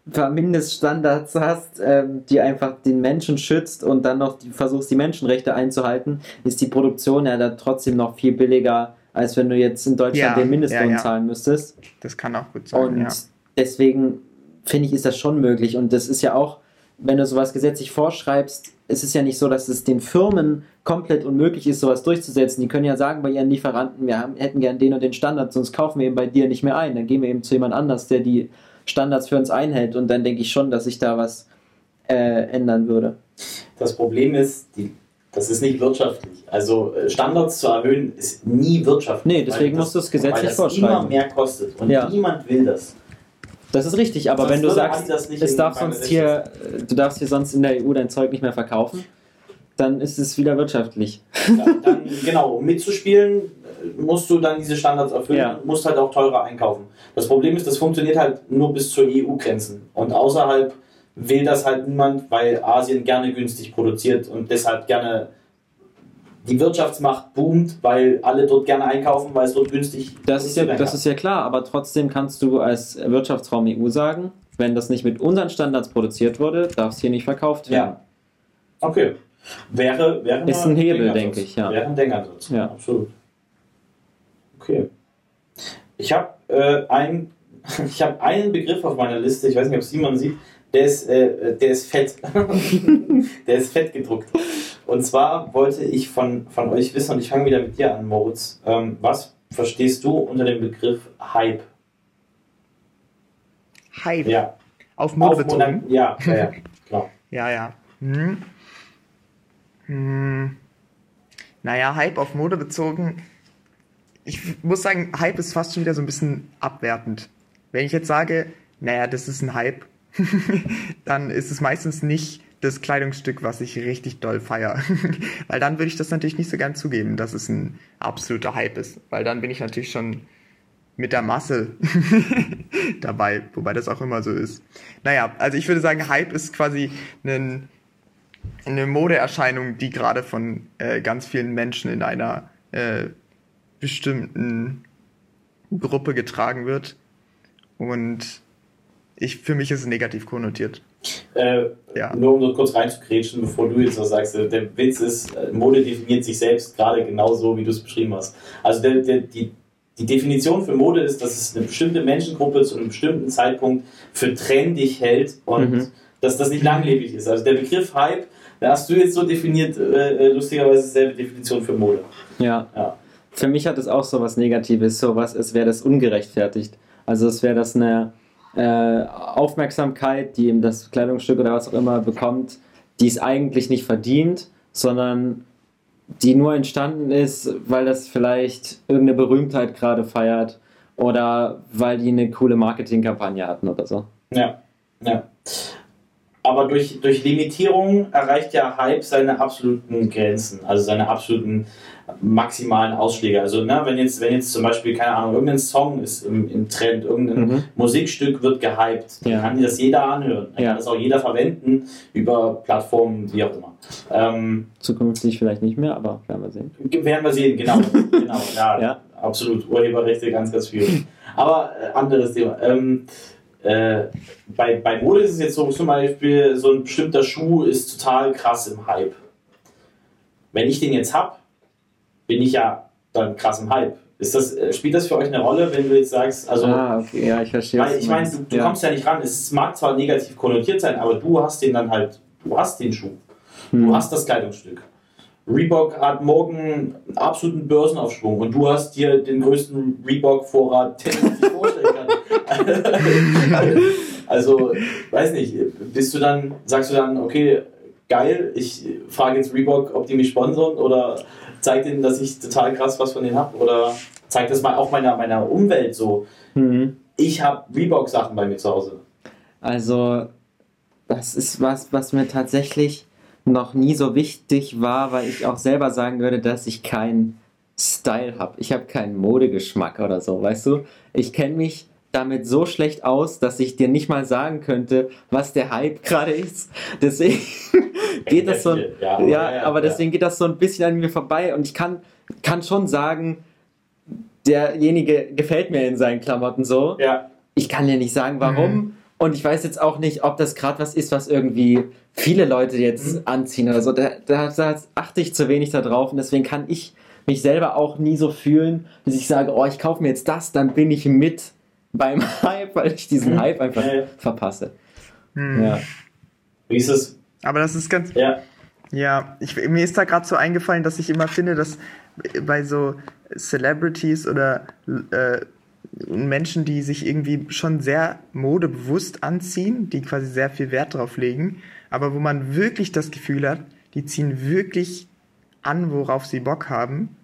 Mindeststandards hast, die einfach den Menschen schützt und dann noch versuchst, die Menschenrechte einzuhalten, ist die Produktion ja dann trotzdem noch viel billiger, als wenn du jetzt in Deutschland den Mindestlohn zahlen müsstest. Das kann auch gut sein, und deswegen finde ich, ist das schon möglich. Und das ist ja auch, wenn du sowas gesetzlich vorschreibst, es ist ja nicht so, dass es den Firmen komplett unmöglich ist, sowas durchzusetzen. Die können ja sagen bei ihren Lieferanten, hätten gern den und den Standard, sonst kaufen wir eben bei dir nicht mehr ein. Dann gehen wir eben zu jemand anders, der die Standards für uns einhält. Und dann denke ich schon, dass sich da was ändern würde. Das Problem ist, das ist nicht wirtschaftlich. Also Standards zu erhöhen ist nie wirtschaftlich. Nee, deswegen musst du es gesetzlich vorschreiben. Weil das immer mehr kostet und niemand will das. Das ist richtig, aber wenn du sagst, du darfst hier sonst in der EU dein Zeug nicht mehr verkaufen, dann ist es wieder wirtschaftlich. Dann, genau, um mitzuspielen, musst du dann diese Standards erfüllen und musst halt auch teurer einkaufen. Das Problem ist, das funktioniert halt nur bis zur EU-Grenzen. Und außerhalb will das halt niemand, weil Asien gerne günstig produziert und deshalb gerne die Wirtschaftsmacht boomt, weil alle dort gerne einkaufen, weil es dort günstig das ist ja klar, aber trotzdem kannst du als Wirtschaftsraum EU sagen, wenn das nicht mit unseren Standards produziert wurde, darf es hier nicht verkauft werden. Ja. Okay. Wäre ist ein Hebel, denke ich, ja. Wäre ein Denkansatz. Ja. Absolut. Okay. Ich habe einen Begriff auf meiner Liste, ich weiß nicht, ob Simon sieht, der ist fett. Der ist fett gedruckt. Und zwar wollte ich von euch wissen, und ich fange wieder mit dir an, Moritz, was verstehst du unter dem Begriff Hype? Hype? Ja. Auf Mode bezogen? Ja, genau. Ja. Naja, Hype auf Mode bezogen. Ich muss sagen, Hype ist fast schon wieder so ein bisschen abwertend. Wenn ich jetzt sage, naja, das ist ein Hype, dann ist es meistens nicht das Kleidungsstück, was ich richtig doll feiere. Weil dann würde ich das natürlich nicht so gern zugeben, dass es ein absoluter Hype ist. Weil dann bin ich natürlich schon mit der Masse dabei, wobei das auch immer so ist. Naja, also ich würde sagen, Hype ist quasi eine Modeerscheinung, die gerade von ganz vielen Menschen in einer bestimmten Gruppe getragen wird. Und für mich ist es negativ konnotiert. Nur um dort kurz reinzugrätschen, bevor du jetzt was sagst, der Witz ist, Mode definiert sich selbst gerade genauso, wie du es beschrieben hast. Also die Definition für Mode ist, dass es eine bestimmte Menschengruppe zu einem bestimmten Zeitpunkt für trendig hält und dass das nicht langlebig ist. Also der Begriff Hype, da hast du jetzt so definiert, lustigerweise dieselbe Definition für Mode. Ja. Für mich hat es auch so was Negatives, es wäre das ungerechtfertigt. Also es wäre das eine Aufmerksamkeit, die eben das Kleidungsstück oder was auch immer bekommt, die es eigentlich nicht verdient, sondern die nur entstanden ist, weil das vielleicht irgendeine Berühmtheit gerade feiert oder weil die eine coole Marketingkampagne hatten oder so. Ja. Aber durch Limitierung erreicht ja Hype seine absoluten Grenzen, also seine absoluten maximalen Ausschläge. Also wenn jetzt zum Beispiel, keine Ahnung, irgendein Song ist im Trend, irgendein Musikstück wird gehypt, dann kann das jeder anhören. Dann kann das auch jeder verwenden über Plattformen, wie auch immer. Zukünftig vielleicht nicht mehr, aber werden wir sehen. Werden wir sehen, genau. Ja. Absolut. Urheberrechte, ganz, ganz viel. Aber anderes Thema. Bei Mode ist es jetzt so, zum Beispiel, so ein bestimmter Schuh ist total krass im Hype. Wenn ich den jetzt habe, bin ich ja dann krass im Hype. Spielt das für euch eine Rolle, wenn du jetzt sagst, also... okay, ja, ich verstehe. Weil ich meine, du kommst ja nicht ran, es mag zwar negativ konnotiert sein, aber du hast den dann halt, du hast den Schuh, du hast das Kleidungsstück. Reebok hat morgen einen absoluten Börsenaufschwung und du hast dir den größten Reebok-Vorrat, den ich dir vorstellen kann. Also, weiß nicht, sagst du dann, okay, geil, ich frage jetzt Reebok, ob die mich sponsern oder zeigt denen, dass ich total krass was von denen habe oder zeigt das mal auch meiner Umwelt so. Ich habe Reebok-Sachen bei mir zu Hause. Also, das ist was mir tatsächlich noch nie so wichtig war, weil ich auch selber sagen würde, dass ich keinen Style habe. Ich habe keinen Modegeschmack oder so, weißt du? Ich kenne mich damit so schlecht aus, dass ich dir nicht mal sagen könnte, was der Hype gerade ist. Deswegen geht das so, deswegen geht das so ein bisschen an mir vorbei und ich kann schon sagen, derjenige gefällt mir in seinen Klamotten so. Ja. Ich kann ja nicht sagen, warum Und ich weiß jetzt auch nicht, ob das gerade was ist, was irgendwie viele Leute jetzt anziehen oder so. Da achte ich zu wenig da drauf und deswegen kann ich mich selber auch nie so fühlen, dass ich sage, oh, ich kaufe mir jetzt das, dann bin ich mit beim Hype, weil ich diesen Hype einfach verpasse. Ja. Wie ist es? Aber das ist ganz... Ja, mir ist da gerade so eingefallen, dass ich immer finde, dass bei so Celebrities oder Menschen, die sich irgendwie schon sehr modebewusst anziehen, die quasi sehr viel Wert drauf legen, aber wo man wirklich das Gefühl hat, die ziehen wirklich an, worauf sie Bock haben,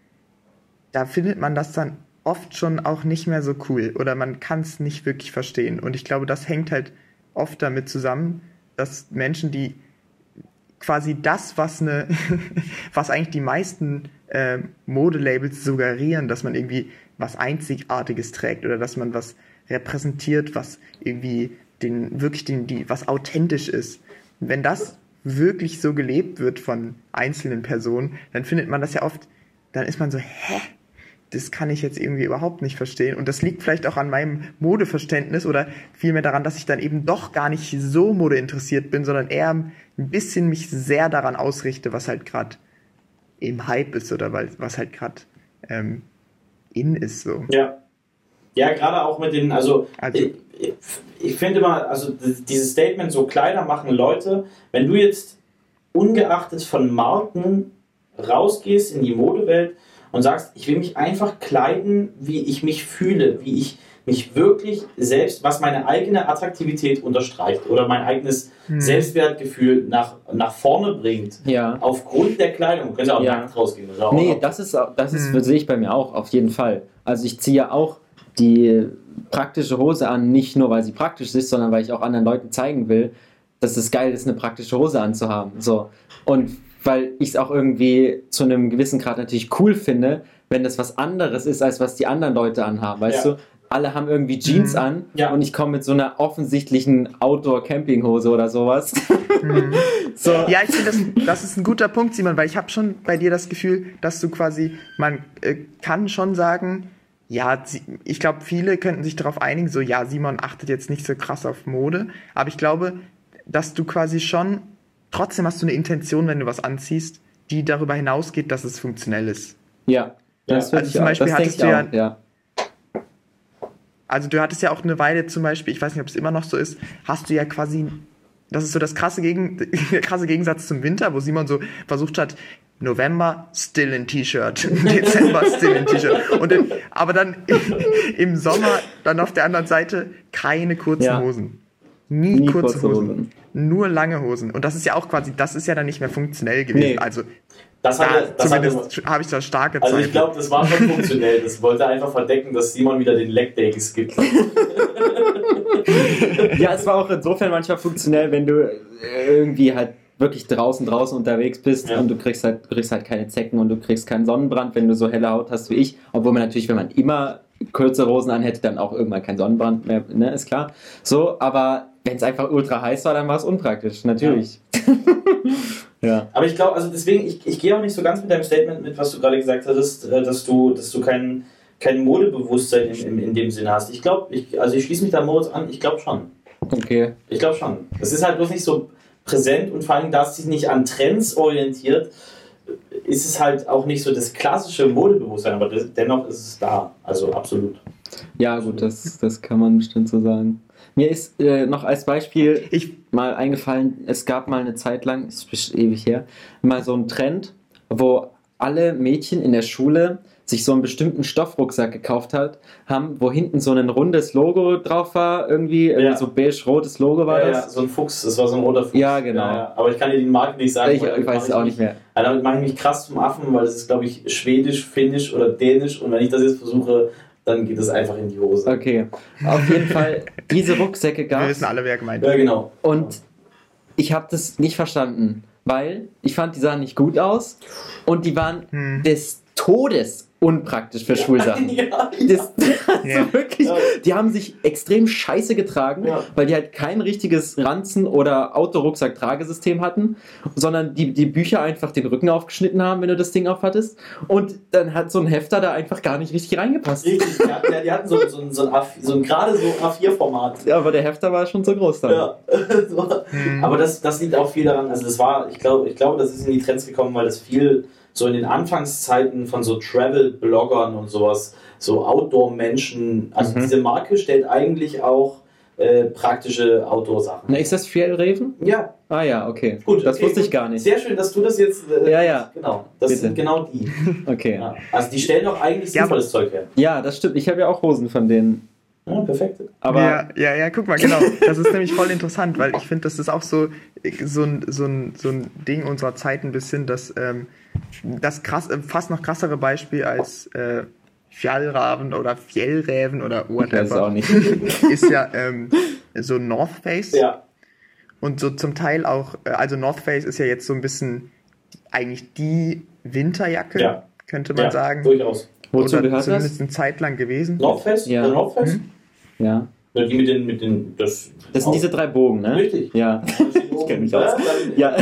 da findet man das dann oft schon auch nicht mehr so cool oder man kann es nicht wirklich verstehen. Und ich glaube, das hängt halt oft damit zusammen, dass Menschen, die quasi das, was eigentlich die meisten Modelabels suggerieren, dass man irgendwie was Einzigartiges trägt oder dass man was repräsentiert, was irgendwie was authentisch ist. Wenn das wirklich so gelebt wird von einzelnen Personen, dann findet man das ja oft, dann ist man so, das kann ich jetzt irgendwie überhaupt nicht verstehen. Und das liegt vielleicht auch an meinem Modeverständnis oder vielmehr daran, dass ich dann eben doch gar nicht so modeinteressiert bin, sondern eher ein bisschen mich sehr daran ausrichte, was halt gerade im Hype ist oder was halt gerade in ist so. Ja, gerade auch mit den, ich finde immer, also dieses Statement, so Kleider machen Leute, wenn du jetzt ungeachtet von Marken rausgehst in die Modewelt und sagst, ich will mich einfach kleiden, wie ich mich fühle, wie ich mich wirklich selbst, was meine eigene Attraktivität unterstreicht oder mein eigenes Selbstwertgefühl nach vorne bringt, aufgrund der Kleidung. Du kannst ja auch nackt rausgehen. Das sehe ich bei mir auch, auf jeden Fall. Also ich ziehe ja auch die praktische Hose an, nicht nur, weil sie praktisch ist, sondern weil ich auch anderen Leuten zeigen will, dass es geil ist, eine praktische Hose anzuhaben. So. Und weil ich es auch irgendwie zu einem gewissen Grad natürlich cool finde, wenn das was anderes ist, als was die anderen Leute anhaben, weißt du? Alle haben irgendwie Jeans an und ich komme mit so einer offensichtlichen Outdoor-Campinghose oder sowas. So. Ja, ich finde, das ist ein guter Punkt, Simon, weil ich habe schon bei dir das Gefühl, dass du quasi, man kann schon sagen, ja, ich glaube, viele könnten sich darauf einigen, so, ja, Simon achtet jetzt nicht so krass auf Mode, aber ich glaube, dass du quasi schon, trotzdem hast du eine Intention, wenn du was anziehst, die darüber hinausgeht, dass es funktionell ist. Ja, das also zum Beispiel hattest du also du hattest ja auch eine Weile zum Beispiel, ich weiß nicht, ob es immer noch so ist, hast du ja quasi, das ist so der krasse Gegensatz zum Winter, wo Simon so versucht hat, November still in T-Shirt, Dezember still in T-Shirt. Aber dann im Sommer dann auf der anderen Seite keine kurzen Hosen. Nie kurze Hosen. Nur lange Hosen. Und das ist ja auch quasi, das ist ja dann nicht mehr funktionell gewesen. Nee. Also zumindest habe ich da starke Zweifel. Also ich glaube, das war schon funktionell. Das wollte einfach verdecken, dass Simon wieder den Leg Day geskippt hat. Ja, es war auch insofern manchmal funktionell, wenn du irgendwie halt wirklich draußen unterwegs bist und du kriegst halt keine Zecken und du kriegst keinen Sonnenbrand, wenn du so helle Haut hast wie ich. Obwohl man natürlich, wenn man immer kürzere Hosen anhätte, dann auch irgendwann keinen Sonnenbrand mehr, ne, ist klar. So, aber wenn es einfach ultra heiß war, dann war es unpraktisch, natürlich. Ja. Aber ich glaube, also deswegen, ich gehe auch nicht so ganz mit deinem Statement mit, was du gerade gesagt hattest, dass du kein Modebewusstsein in dem Sinne hast. Ich glaube, ich schließe mich da Moritz an, ich glaube schon. Okay. Ich glaube schon. Es ist halt bloß nicht so präsent und vor allem, da es sich nicht an Trends orientiert, ist es halt auch nicht so das klassische Modebewusstsein, aber dennoch ist es da. Also absolut. Ja, gut, das kann man bestimmt so sagen. Mir ist noch als Beispiel mal eingefallen, es gab mal eine Zeit lang, ist ewig her, mal so ein Trend, wo alle Mädchen in der Schule sich so einen bestimmten Stoffrucksack gekauft haben, wo hinten so ein rundes Logo drauf war, irgendwie so beige-rotes Logo war das. Ja, so ein Fuchs, das war so ein roter Fuchs. Ja, genau. Ja. Aber ich kann dir die Marke nicht sagen. Ich weiß es auch nicht mehr. Also damit mache ich mich krass zum Affen, weil das ist, glaube ich, Schwedisch, Finnisch oder Dänisch und wenn ich das jetzt versuche, dann geht es einfach in die Hose. Okay, auf jeden Fall, diese Rucksäcke gab es. Wir wissen alle, wer gemeint ist. Ja, genau. Und ich habe das nicht verstanden, weil ich fand, die sahen nicht gut aus und die waren todesunpraktisch für Schulsachen. Also wirklich, die haben sich extrem scheiße getragen, weil die halt kein richtiges Ranzen- oder Autorucksack-Tragesystem hatten, sondern die Bücher einfach den Rücken aufgeschnitten haben, wenn du das Ding aufhattest. Und dann hat so ein Hefter da einfach gar nicht richtig reingepasst. Richtig, die hatten so ein gerade so A4-Format. Ja, aber der Hefter war schon so groß dann. Ja. Aber das liegt auch viel daran, also ich glaube, das ist in die Trends gekommen, weil das viel so in den Anfangszeiten von so Travel-Bloggern und sowas, so Outdoor-Menschen, also diese Marke stellt eigentlich auch praktische Outdoor-Sachen. Na, ist das Fjellreven? Ja. Ah ja, okay. Gut, das wusste ich gar nicht. Sehr schön, dass du das jetzt... ja. Genau, das Bitte. sind genau die. Okay. Ja. Also die stellen doch eigentlich sinnvolles Zeug her. Ja, das stimmt. Ich habe ja auch Hosen von denen. Ja, perfekt. Aber ja, guck mal, genau. Das ist nämlich voll interessant, weil ich finde, das ist auch so ein Ding unserer Zeit ein bisschen, dass das fast noch krassere Beispiel als Fjallraven oder Fjellräven oder whatever. Ich weiß es auch nicht. Ist ja so North Face. Ja. Und so zum Teil auch, also North Face ist ja jetzt so ein bisschen eigentlich die Winterjacke, könnte man sagen. Durchaus. Wozu oder gehört zumindest das? eine Zeit lang gewesen. North Face? Ja. North Face? Ja. Die mit den Das sind diese 3 Bogen, ne? Richtig. Ja. Ich kenn mich aus. Ja.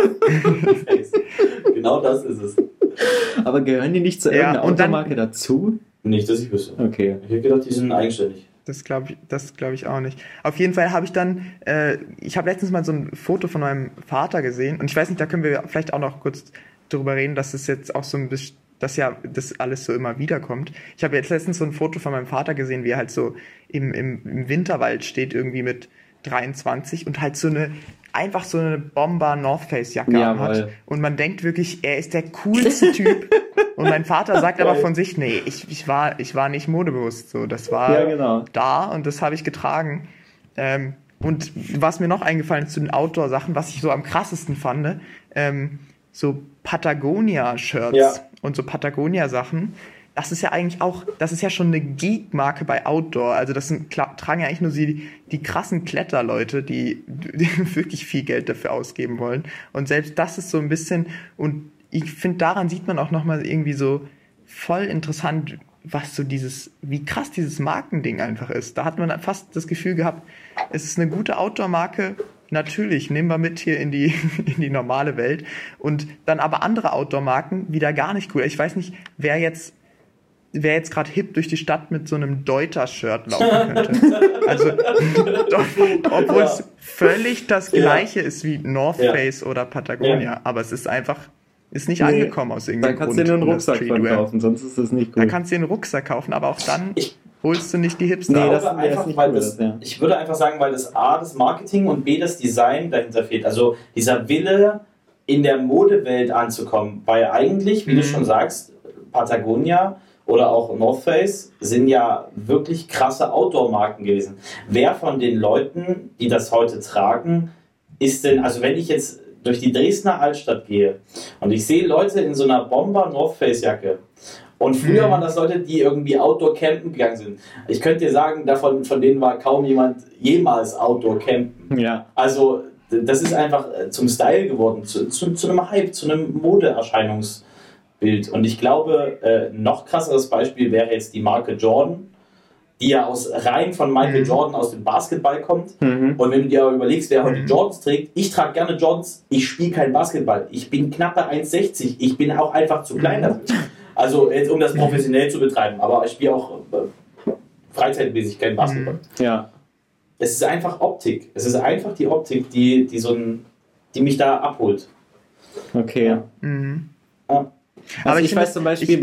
Genau das ist es. Aber gehören die nicht zu irgendeiner und dann- Automarke dazu? Nicht, dass ich wüsste. Okay. Ich hätte gedacht, die sind eigenständig. Das glaube ich auch nicht. Auf jeden Fall habe ich dann, ich habe letztens mal so ein Foto von meinem Vater gesehen und ich weiß nicht, da können wir vielleicht auch noch kurz drüber reden, dass es jetzt auch so ein bisschen, dass ja das alles so immer wieder kommt. Ich habe jetzt letztens so ein Foto von meinem Vater gesehen, wie er halt so im Winterwald steht, irgendwie mit 23 und halt einfach so eine Bomber North Face Jacke hat. Und man denkt wirklich, er ist der coolste Typ. Und mein Vater sagt aber von sich, nee, ich war nicht modebewusst. So, das war da und das habe ich getragen. Und was mir noch eingefallen ist zu den Outdoor-Sachen, was ich so am krassesten fand, so Patagonia-Shirts und so Patagonia-Sachen, das ist ja eigentlich auch, das ist ja schon eine Geek-Marke bei Outdoor. Also das tragen ja eigentlich nur die krassen Kletterleute, die wirklich viel Geld dafür ausgeben wollen. Und selbst das ist so ein bisschen, und ich finde, daran sieht man auch nochmal irgendwie so voll interessant, was so wie krass dieses Markending einfach ist. Da hat man fast das Gefühl gehabt, es ist eine gute Outdoor-Marke, natürlich, nehmen wir mit hier in die normale Welt. Und dann aber andere Outdoor-Marken wieder gar nicht cool. Ich weiß nicht, wer jetzt gerade hip durch die Stadt mit so einem Deuter-Shirt laufen könnte. Also, obwohl es völlig das Gleiche ist wie North Face oder Patagonia. Ja. Aber es ist einfach, nicht angekommen aus irgendeinem Grund. Da kannst du dir nur einen Rucksack von kaufen, sonst ist das nicht gut. Da kannst du dir einen Rucksack kaufen, aber auch dann holst du nicht die Hipster. Nee, ich würde einfach sagen, weil das A, das Marketing und B, das Design dahinter fehlt. Also dieser Wille, in der Modewelt anzukommen. Weil eigentlich, wie du schon sagst, Patagonia oder auch North Face sind ja wirklich krasse Outdoor-Marken gewesen. Wer von den Leuten, die das heute tragen, ist denn, also wenn ich jetzt durch die Dresdner Altstadt gehe und ich sehe Leute in so einer Bomber North Face Jacke und früher waren das Leute, die irgendwie Outdoor campen gegangen sind. Ich könnte dir sagen, von denen war kaum jemand jemals Outdoor campen. Ja. Also das ist einfach zum Style geworden, zu einem Hype, zu einem Modeerscheinungsbild. Und ich glaube, noch krasseres Beispiel wäre jetzt die Marke Jordan, die ja aus Reihen von Michael Jordan aus dem Basketball kommt. Und wenn du dir aber überlegst, wer heute Jordans trägt, ich trage gerne Jordans, ich spiele keinen Basketball. Ich bin knappe 1,60, ich bin auch einfach zu klein dafür. Also jetzt, um das professionell zu betreiben, aber ich spiele auch freizeitmäßig keinen Basketball. Ja. Es ist einfach Optik. Es ist einfach die Optik, die mich da abholt. Okay. Ja. Also aber ich weiß zum Beispiel,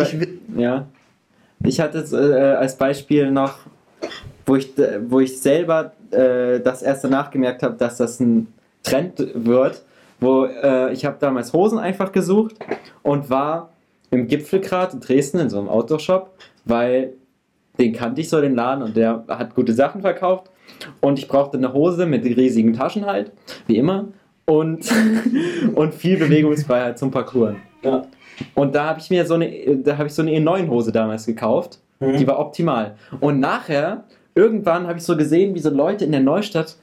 ich hatte jetzt als Beispiel noch, wo ich selber das erst danach gemerkt habe, dass das ein Trend wird, ich habe damals Hosen einfach gesucht und war im Gipfelgrat in Dresden in so einem Outdoor-Shop, weil den kannte ich so, den Laden, und der hat gute Sachen verkauft und ich brauchte eine Hose mit riesigen Taschen halt, wie immer, und viel Bewegungsfreiheit zum Parkour. Ja. Und da habe ich mir so eine E9-Hose damals gekauft, die war optimal. Und nachher, irgendwann habe ich so gesehen, wie so Leute in der Neustadt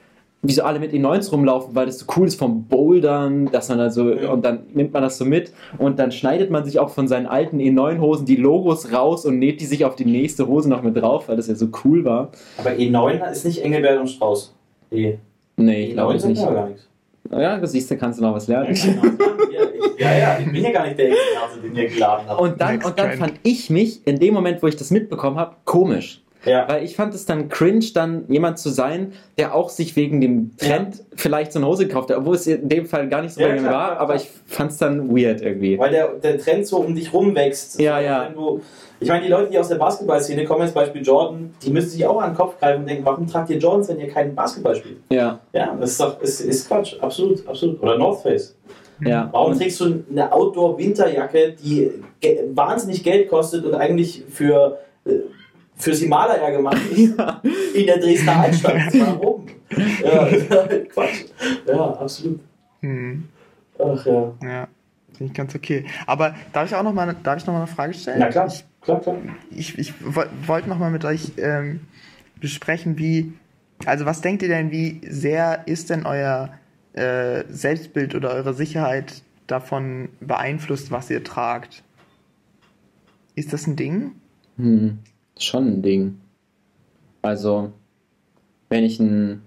wie so alle mit E9s rumlaufen, weil das so cool ist vom Bouldern, dass man also, und dann nimmt man das so mit und dann schneidet man sich auch von seinen alten E9-Hosen die Logos raus und näht die sich auf die nächste Hose noch mit drauf, weil das ja so cool war. Aber E9 ist nicht Engelbert und Strauß. Nee, ich glaube E9 nicht. Ja gar nichts. Ja, du siehst, da kannst du noch was lernen. Ich bin ja gar nicht der Experte, den ihr geladen habt. Und dann fand ich mich, in dem Moment, wo ich das mitbekommen habe, komisch. Ja. Weil ich fand es dann cringe, dann jemand zu sein, der auch sich wegen dem Trend vielleicht so eine Hose gekauft hat, obwohl es in dem Fall gar nicht so bei mir war, klar. aber ich fand es dann weird irgendwie. Weil der Trend so um dich rum wächst. Ja, also, ja. Ich meine, die Leute, die aus der Basketballszene kommen, als Beispiel Jordan, die müssen sich auch an den Kopf greifen und denken, warum tragt ihr Jordans, wenn ihr keinen Basketball spielt? Ja. Ja, das ist doch ist Quatsch, absolut. Oder North Face. Ja. Warum trägst du eine Outdoor-Winterjacke, die wahnsinnig Geld kostet und eigentlich fürs Himalaya gemacht ist, in der Dresdner Altstadt? Warum? Ja, Quatsch. Ja, absolut. Ach ja. Ja, finde ich ganz okay. Aber darf ich noch mal eine Frage stellen? Na klar, klar. Ich wollte noch mal mit euch besprechen, was denkt ihr denn, wie sehr ist denn euer Selbstbild oder eure Sicherheit davon beeinflusst, was ihr tragt? Ist das ein Ding? Schon ein Ding. Also, wenn ich einen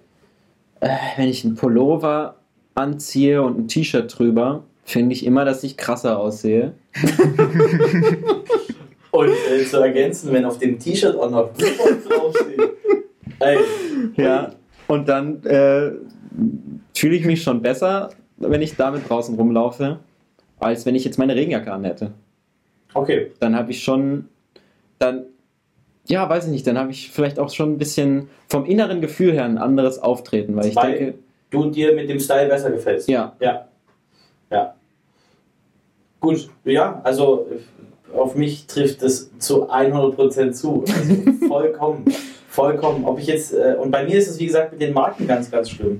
Pullover anziehe und ein T-Shirt drüber, finde ich immer, dass ich krasser aussehe. Und zu ergänzen, wenn auf dem T-Shirt auch noch draufsteht. Ey. Ja, und dann fühle ich mich schon besser, wenn ich damit draußen rumlaufe, als wenn ich jetzt meine Regenjacke anhätte. Okay. Dann habe ich schon, weiß ich nicht, dann habe ich vielleicht auch schon ein bisschen vom inneren Gefühl her ein anderes Auftreten, weil ich denke... du dir mit dem Style besser gefällst. Ja. Gut, ja, also auf mich trifft es zu 100% zu. Also vollkommen. Ob ich jetzt, und bei mir ist es wie gesagt mit den Marken ganz, ganz schlimm.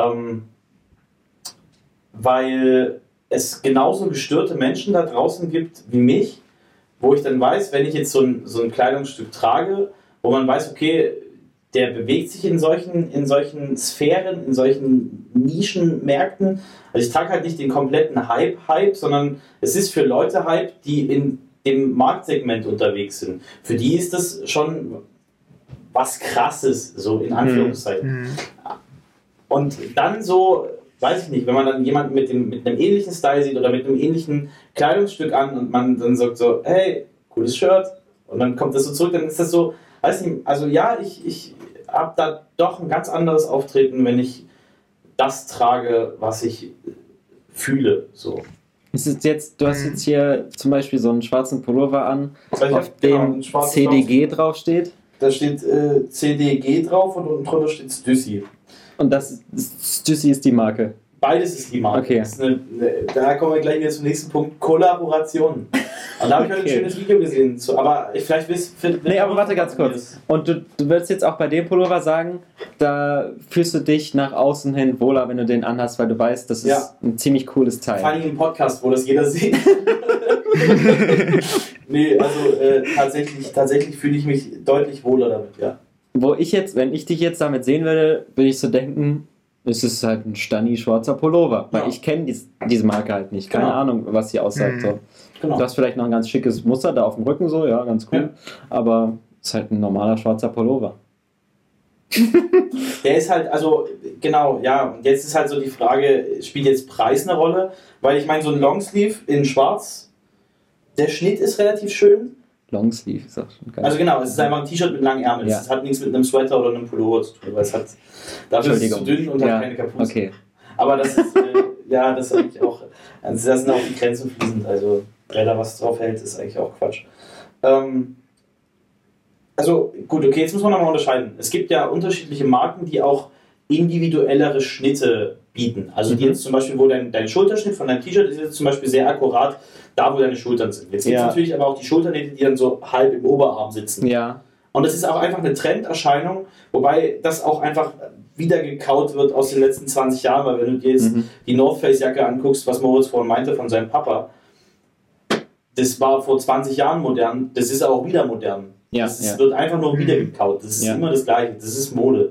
Weil es genauso gestörte Menschen da draußen gibt wie mich, wo ich dann weiß, wenn ich jetzt so ein Kleidungsstück trage, wo man weiß, okay, der bewegt sich in solchen Sphären, in solchen Nischenmärkten. Also ich trage halt nicht den kompletten Hype, sondern es ist für Leute Hype, die in dem Marktsegment unterwegs sind. Für die ist das schon was Krasses, so in Anführungszeichen. Und dann so, weiß ich nicht, wenn man dann jemanden mit einem ähnlichen Style sieht oder mit einem ähnlichen Kleidungsstück an und man dann sagt so, hey, cooles Shirt, und dann kommt das so zurück, dann ist das so, weiß nicht, also ja, ich habe da doch ein ganz anderes Auftreten, wenn ich das trage, was ich fühle, so. Ist es jetzt, du hast jetzt hier zum Beispiel so einen schwarzen Pullover an, auf dem genau, CDG draufsteht. Da steht CDG drauf und unten drunter steht Stüssi. Und Stüssi ist die Marke. Beides ist die Marke. Okay. Das ist da kommen wir gleich wieder zum nächsten Punkt. Kollaboration. Und da habe ich heute ein schönes Video gesehen. Aber vielleicht aber warte ganz kurz. Und du würdest jetzt auch bei dem Pullover sagen, da fühlst du dich nach außen hin wohler, wenn du den anhast, weil du weißt, das ist ein ziemlich cooles Teil. Vor allem im Podcast, wo das jeder sieht. Nee, also tatsächlich fühle ich mich deutlich wohler damit, ja. Wenn ich dich jetzt damit sehen würde ich so denken, es ist halt ein Stani schwarzer Pullover, weil ich kenne diese Marke halt nicht. Keine Ahnung, was sie aussagt. So. Genau. Du hast vielleicht noch ein ganz schickes Muster da auf dem Rücken, so, ja, ganz cool. Ja. Aber es ist halt ein normaler schwarzer Pullover. Der ist halt, also, genau, ja, und jetzt ist halt so die Frage, spielt jetzt Preis eine Rolle? Weil ich meine, so ein Longsleeve in schwarz, der Schnitt ist relativ schön. Longsleeve ist auch schon geil. Also genau, es ist einfach ein T-Shirt mit langen Ärmeln. Es hat nichts mit einem Sweater oder einem Pullover zu tun, weil dafür ist es zu dünn und hat keine Kapuze. Okay. Aber das ist, das ist eigentlich auch, also da sind auch die Grenzen fließend, also wer da was drauf hält, ist eigentlich auch Quatsch. Also gut, okay, jetzt muss man nochmal unterscheiden. Es gibt ja unterschiedliche Marken, die auch individuellere Schnitte bieten. Also die jetzt zum Beispiel, wo dein Schulterschnitt von deinem T-Shirt ist jetzt zum Beispiel sehr akkurat da, wo deine Schultern sind. Jetzt gibt es natürlich aber auch die Schulternähte, die dann so halb im Oberarm sitzen. Ja. Und das ist auch einfach eine Trenderscheinung, wobei das auch einfach wieder gekaut wird aus den letzten 20 Jahren, weil wenn du dir jetzt die North Face Jacke anguckst, was Moritz vorhin meinte von seinem Papa, das war vor 20 Jahren modern, das ist auch wieder modern. Ja, Das wird einfach nur wieder gekaut. Das ist immer das Gleiche. Das ist Mode.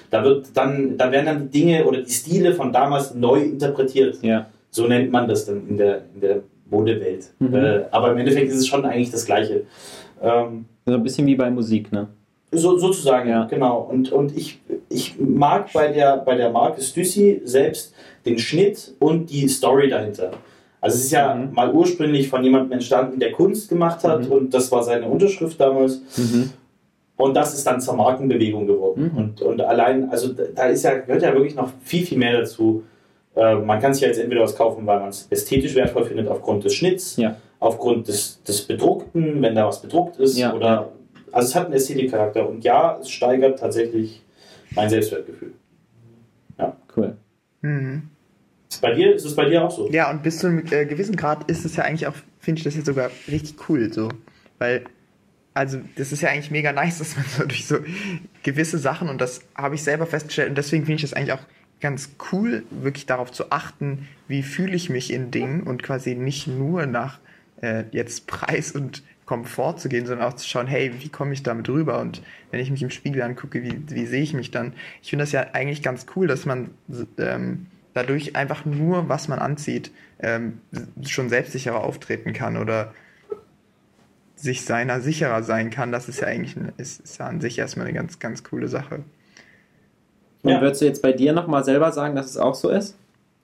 Da werden dann die Dinge oder die Stile von damals neu interpretiert. Ja. So nennt man das dann in der Modewelt. Aber im Endeffekt ist es schon eigentlich das Gleiche. So ein bisschen wie bei Musik, ne? Sozusagen, ja. Genau. Und ich mag bei der Marke Stüssi selbst den Schnitt und die Story dahinter. Also es ist ja mal ursprünglich von jemandem entstanden, der Kunst gemacht hat und das war seine Unterschrift damals. Und das ist dann zur Markenbewegung geworden. Und allein, also da gehört ja wirklich noch viel, viel mehr dazu. Man kann sich ja jetzt entweder was kaufen, weil man es ästhetisch wertvoll findet, aufgrund des Schnitts, aufgrund des Bedruckten, wenn da was bedruckt ist. Also es hat einen Ästhetikcharakter. Und ja, es steigert tatsächlich mein Selbstwertgefühl. Ja. Cool. Ist es bei dir auch so? Ja, und bis zu einem gewissen Grad ist es ja eigentlich auch, finde ich das jetzt sogar richtig cool so. Weil, also das ist ja eigentlich mega nice, dass man so durch so gewisse Sachen, und das habe ich selber festgestellt, und deswegen finde ich das eigentlich auch ganz cool, wirklich darauf zu achten, wie fühle ich mich in Dingen und quasi nicht nur nach jetzt Preis und Komfort zu gehen, sondern auch zu schauen, hey, wie komme ich damit rüber? Und wenn ich mich im Spiegel angucke, wie sehe ich mich dann? Ich finde das ja eigentlich ganz cool, dass man dadurch einfach nur, was man anzieht, schon selbstsicherer auftreten kann oder sich seiner sicherer sein kann. Das ist ja eigentlich ist ja an sich erstmal eine ganz, ganz coole Sache. Und würdest du jetzt bei dir nochmal selber sagen, dass es auch so ist?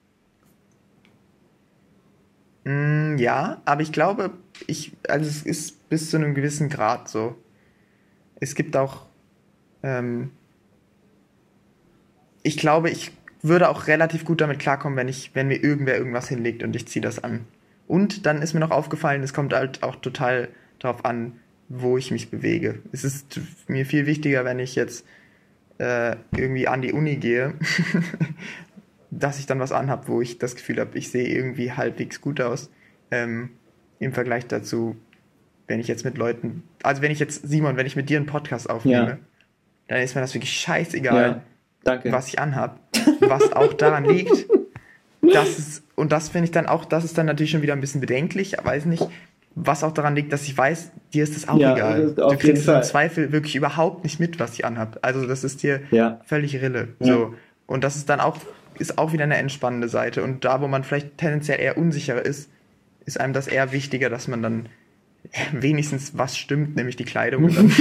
Ja, aber ich glaube, also es ist bis zu einem gewissen Grad so. Es gibt auch, ich glaube, ich würde auch relativ gut damit klarkommen, wenn mir irgendwer irgendwas hinlegt und ich ziehe das an. Und dann ist mir noch aufgefallen, es kommt halt auch total darauf an, wo ich mich bewege. Es ist mir viel wichtiger, wenn ich jetzt irgendwie an die Uni gehe, dass ich dann was anhab, wo ich das Gefühl habe, ich sehe irgendwie halbwegs gut aus, im Vergleich dazu, wenn ich jetzt mit Leuten, also wenn ich mit dir einen Podcast aufnehme, dann ist mir das wirklich scheißegal, was ich anhab, was auch daran liegt, und das finde ich dann auch, das ist dann natürlich schon wieder ein bisschen bedenklich, weiß nicht, was auch daran liegt, dass ich weiß, dir ist das auch egal. Du kriegst im Zweifel wirklich überhaupt nicht mit, was ich anhab. Also das ist dir völlig Rille. So. Und das ist dann auch wieder eine entspannende Seite. Und da, wo man vielleicht tendenziell eher unsicherer ist einem das eher wichtiger, dass man dann wenigstens was stimmt, nämlich die Kleidung und dann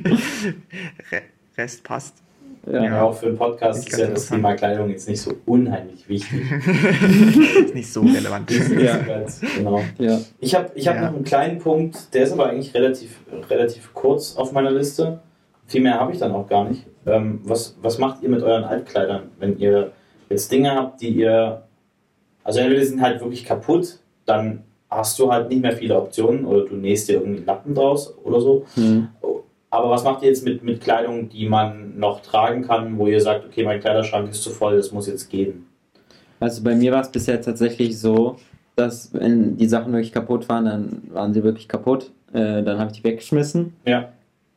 Rest passt. Ja, auch für einen Podcast ist ja das Thema Kleidung jetzt nicht so unheimlich wichtig. Ist nicht so relevant. Ganz genau. Ja. Ich hab noch einen kleinen Punkt, der ist aber eigentlich relativ kurz auf meiner Liste. Viel mehr habe ich dann auch gar nicht. Was macht ihr mit euren Altkleidern, wenn ihr jetzt Dinge habt, die ihr, also entweder sind halt wirklich kaputt, dann hast du halt nicht mehr viele Optionen oder du nähst dir irgendwie Lappen draus oder so. Aber was macht ihr jetzt mit Kleidung, die man noch tragen kann, wo ihr sagt, okay, mein Kleiderschrank ist zu voll, das muss jetzt gehen? Also bei mir war es bisher tatsächlich so, dass wenn die Sachen wirklich kaputt waren, dann waren sie wirklich kaputt. Dann habe ich die weggeschmissen. Ja.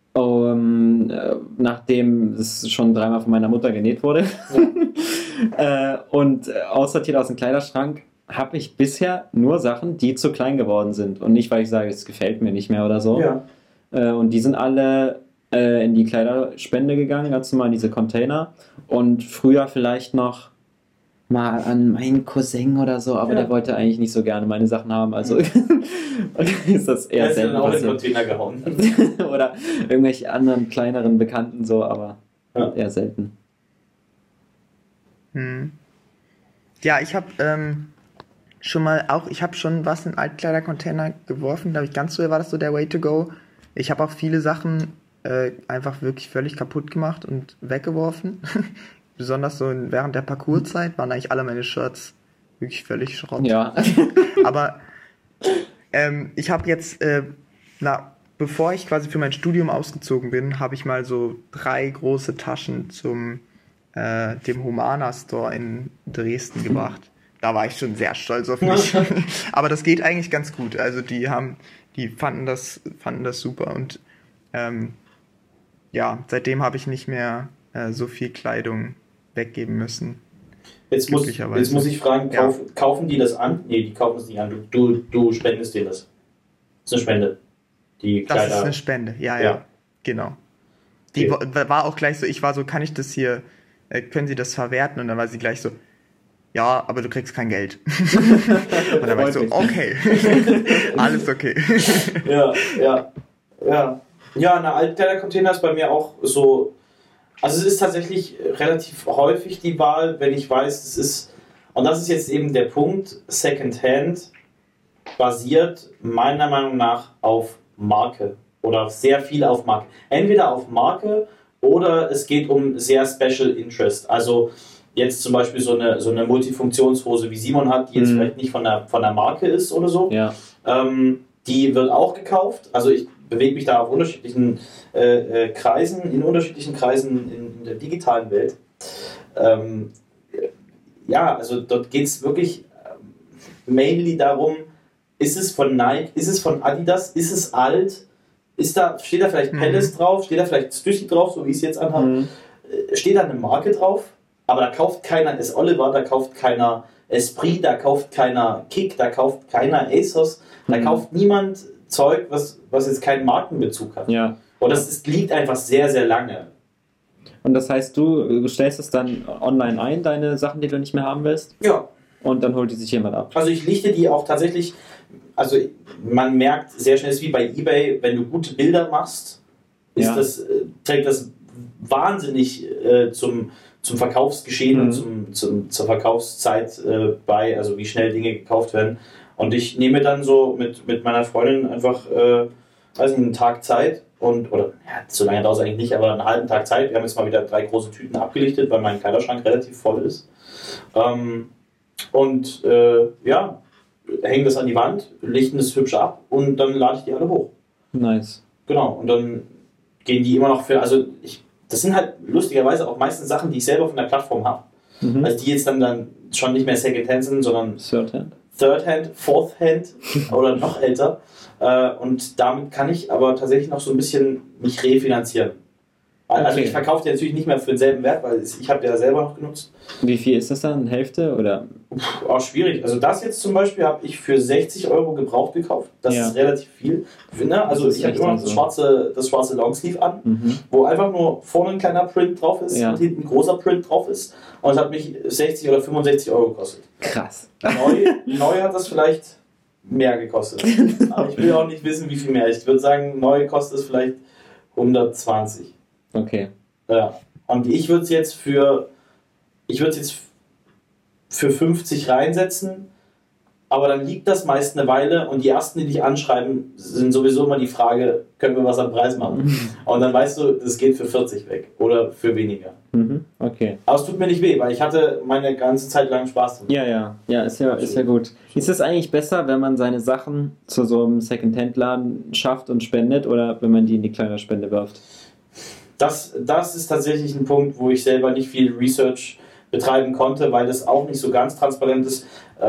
Nachdem es schon 3-mal von meiner Mutter genäht wurde. Und aussortiert aus dem Kleiderschrank habe ich bisher nur Sachen, die zu klein geworden sind. Und nicht, weil ich sage, es gefällt mir nicht mehr oder so. Ja. Und die sind alle in die Kleiderspende gegangen, ganz normal in diese Container. Und früher vielleicht noch mal an meinen Cousin oder so, aber der wollte eigentlich nicht so gerne meine Sachen haben. Also ist das eher selten. Dann auch in den Container gehauen. Oder irgendwelche anderen kleineren Bekannten so, aber eher selten. Ja, ich habe schon was in Altkleidercontainer geworfen, glaube ich, ganz so war das so der Way to go. Ich habe auch viele Sachen einfach wirklich völlig kaputt gemacht und weggeworfen. Besonders so während der Parcourzeit waren eigentlich alle meine Shirts wirklich völlig Schrott. Ja. Aber ich habe jetzt, bevor ich quasi für mein Studium ausgezogen bin, habe ich mal so 3 große Taschen zum dem Humana Store in Dresden gebracht. Da war ich schon sehr stolz auf mich. Aber das geht eigentlich ganz gut. Also die fanden das super. Und seitdem habe ich nicht mehr so viel Kleidung weggeben müssen. Jetzt muss ich fragen, kaufen die das an? Nee, die kaufen es nicht an. Du spendest denen das. Das ist eine Spende. Die Kleider. Das ist eine Spende, ja. Genau. Die war auch gleich so, ich war so, kann ich das hier können Sie das verwerten? Und dann war sie gleich so, ja, aber du kriegst kein Geld. Und dann war ich so, okay, alles okay. Ja, ein Altkleidercontainer ist bei mir auch so, also es ist tatsächlich relativ häufig die Wahl, wenn ich weiß, es ist, und das ist jetzt eben der Punkt, Secondhand basiert meiner Meinung nach auf Marke oder sehr viel auf Marke. Entweder auf Marke oder es geht um sehr Special Interest. Also jetzt zum Beispiel so eine Multifunktionshose wie Simon hat, die jetzt vielleicht nicht von der Marke ist oder so. Ja. Die wird auch gekauft. Also ich bewege mich da auf unterschiedlichen Kreisen, in der digitalen Welt. Also dort geht es wirklich mainly darum, ist es von Nike, ist es von Adidas, ist es alt, steht da vielleicht Palace drauf, steht da vielleicht Stüssi drauf, so wie ich es jetzt anhabe, steht da eine Marke drauf, aber da kauft keiner S. Oliver, da kauft keiner Esprit, da kauft keiner Kick, da kauft keiner ASOS, da kauft niemand Zeug, was jetzt keinen Markenbezug hat. Ja. Und das liegt einfach sehr, sehr lange. Und das heißt, du stellst es dann online ein, deine Sachen, die du nicht mehr haben willst? Ja. Und dann holt die sich jemand ab? Also ich lichte die auch tatsächlich, also man merkt sehr schnell, es ist wie bei eBay, wenn du gute Bilder machst, trägt das wahnsinnig zum Verkaufsgeschehen und zur Verkaufszeit bei, also wie schnell Dinge gekauft werden. Und ich nehme dann so mit meiner Freundin einfach, einen Tag Zeit so lange dauert es eigentlich nicht, aber einen halben Tag Zeit. Wir haben jetzt mal wieder 3 große Tüten abgelichtet, weil mein Kleiderschrank relativ voll ist. Hängen das an die Wand, lichten es hübsch ab und dann lade ich die alle hoch. Nice. Genau, und dann gehen die immer noch das sind halt lustigerweise auch meistens Sachen, die ich selber von der Plattform habe. Also die jetzt dann schon nicht mehr Secondhand sind, sondern Third-Hand, Fourth-Hand oder noch älter. Und damit kann ich aber tatsächlich noch so ein bisschen mich refinanzieren. Also ich verkaufe die natürlich nicht mehr für denselben Wert, weil ich habe die ja selber noch genutzt. Wie viel ist das dann? Hälfte oder? Auch schwierig. Also das jetzt zum Beispiel habe ich für 60 € gebraucht gekauft. Das ist relativ viel. Also ich habe immer noch das schwarze Longsleeve an, wo einfach nur vorne ein kleiner Print drauf ist und hinten ein großer Print drauf ist. Und es hat mich 60 oder 65 € gekostet. Krass. Neu hat das vielleicht mehr gekostet. Aber ich will auch nicht wissen, wie viel mehr. Ich würde sagen, neu kostet es vielleicht 120. Okay. Ja. Und ich würde es jetzt für 50 reinsetzen, aber dann liegt das meist eine Weile und die ersten, die dich anschreiben, sind sowieso immer die Frage, können wir was am Preis machen? Und dann weißt du, das geht für 40 weg oder für weniger. Okay. Aber es tut mir nicht weh, weil ich hatte meine ganze Zeit lang Spaß damit. Ja, ist ja gut. Ist es eigentlich besser, wenn man seine Sachen zu so einem Second-Hand-Laden schafft und spendet oder wenn man die in die Kleiderspende wirft? Das ist tatsächlich ein Punkt, wo ich selber nicht viel Research betreiben konnte, weil das auch nicht so ganz transparent ist.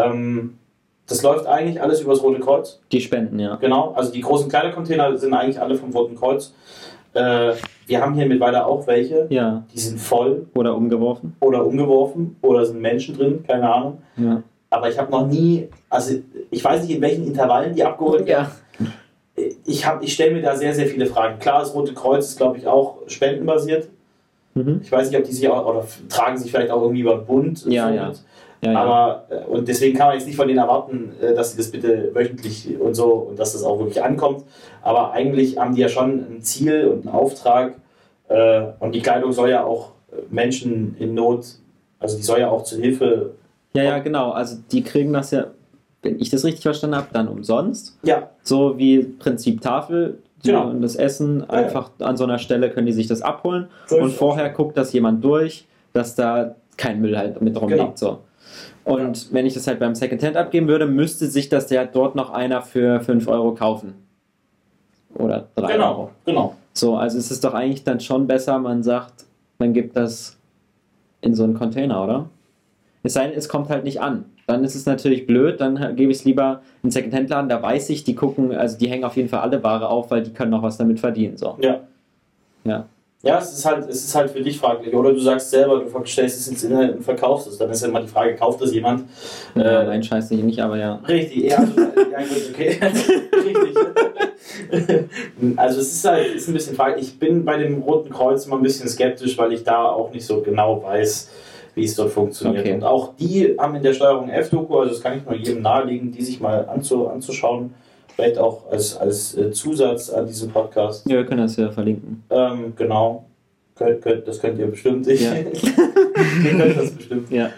Das läuft eigentlich alles über das Rote Kreuz. Die Spenden, ja. Genau, also die großen Kleidercontainer sind eigentlich alle vom Roten Kreuz. Wir haben hier mittlerweile auch welche, die sind voll. Oder umgeworfen. Oder sind Menschen drin, keine Ahnung. Ja. Aber ich habe noch nie, also ich weiß nicht, in welchen Intervallen die abgeholt werden. Ja. Ich stelle mir da sehr, sehr viele Fragen. Klar, das Rote Kreuz ist, glaube ich, auch spendenbasiert. Ich weiß nicht, ob die sich auch, oder tragen sich vielleicht auch irgendwie über den Bund. Ja. Aber, und deswegen kann man jetzt nicht von denen erwarten, dass sie das bitte wöchentlich und so, und dass das auch wirklich ankommt. Aber eigentlich haben die ja schon ein Ziel und einen Auftrag. Und die Kleidung soll ja auch Menschen in Not, also die soll ja auch zur Hilfe. Ja, genau. Also die kriegen das ja, wenn ich das richtig verstanden habe, dann umsonst. Ja. So wie Prinzip Tafel. Genau. Und das Essen einfach an so einer Stelle können die sich das abholen. So und vorher guckt das jemand durch, dass da kein Müll halt mit rumliegt. So. Und wenn ich das halt beim Secondhand abgeben würde, müsste sich das ja dort noch einer für 5 € kaufen. Oder 3 €. Genau. So, also es ist doch eigentlich dann schon besser, man sagt, man gibt das in so einen Container, oder? Es sei denn, es kommt halt nicht an. Dann ist es natürlich blöd, dann gebe ich es lieber in einen Secondhand-Laden, da weiß ich, die gucken, also die hängen auf jeden Fall alle Ware auf, weil die können noch was damit verdienen. So. Ja. Ja, es ist halt für dich fraglich. Oder du sagst selber, du stellst es ins Internet und verkaufst es. Dann ist ja immer die Frage, kauft das jemand? Nein, scheiße nicht, aber ja. Richtig, ja, also, ja gut, okay. Richtig. Also es ist halt ein bisschen fraglich. Ich bin bei dem Roten Kreuz immer ein bisschen skeptisch, weil ich da auch nicht so genau weiß, wie es dort funktioniert. Okay. Und auch die haben in der Steuerung F-Doku, also das kann ich nur jedem nahelegen, die sich mal anzuschauen. Vielleicht auch als Zusatz an diesem Podcast. Ja, wir können das ja verlinken. Genau. Das könnt ihr bestimmt. Ja. Ihr könnt das bestimmt. Ja.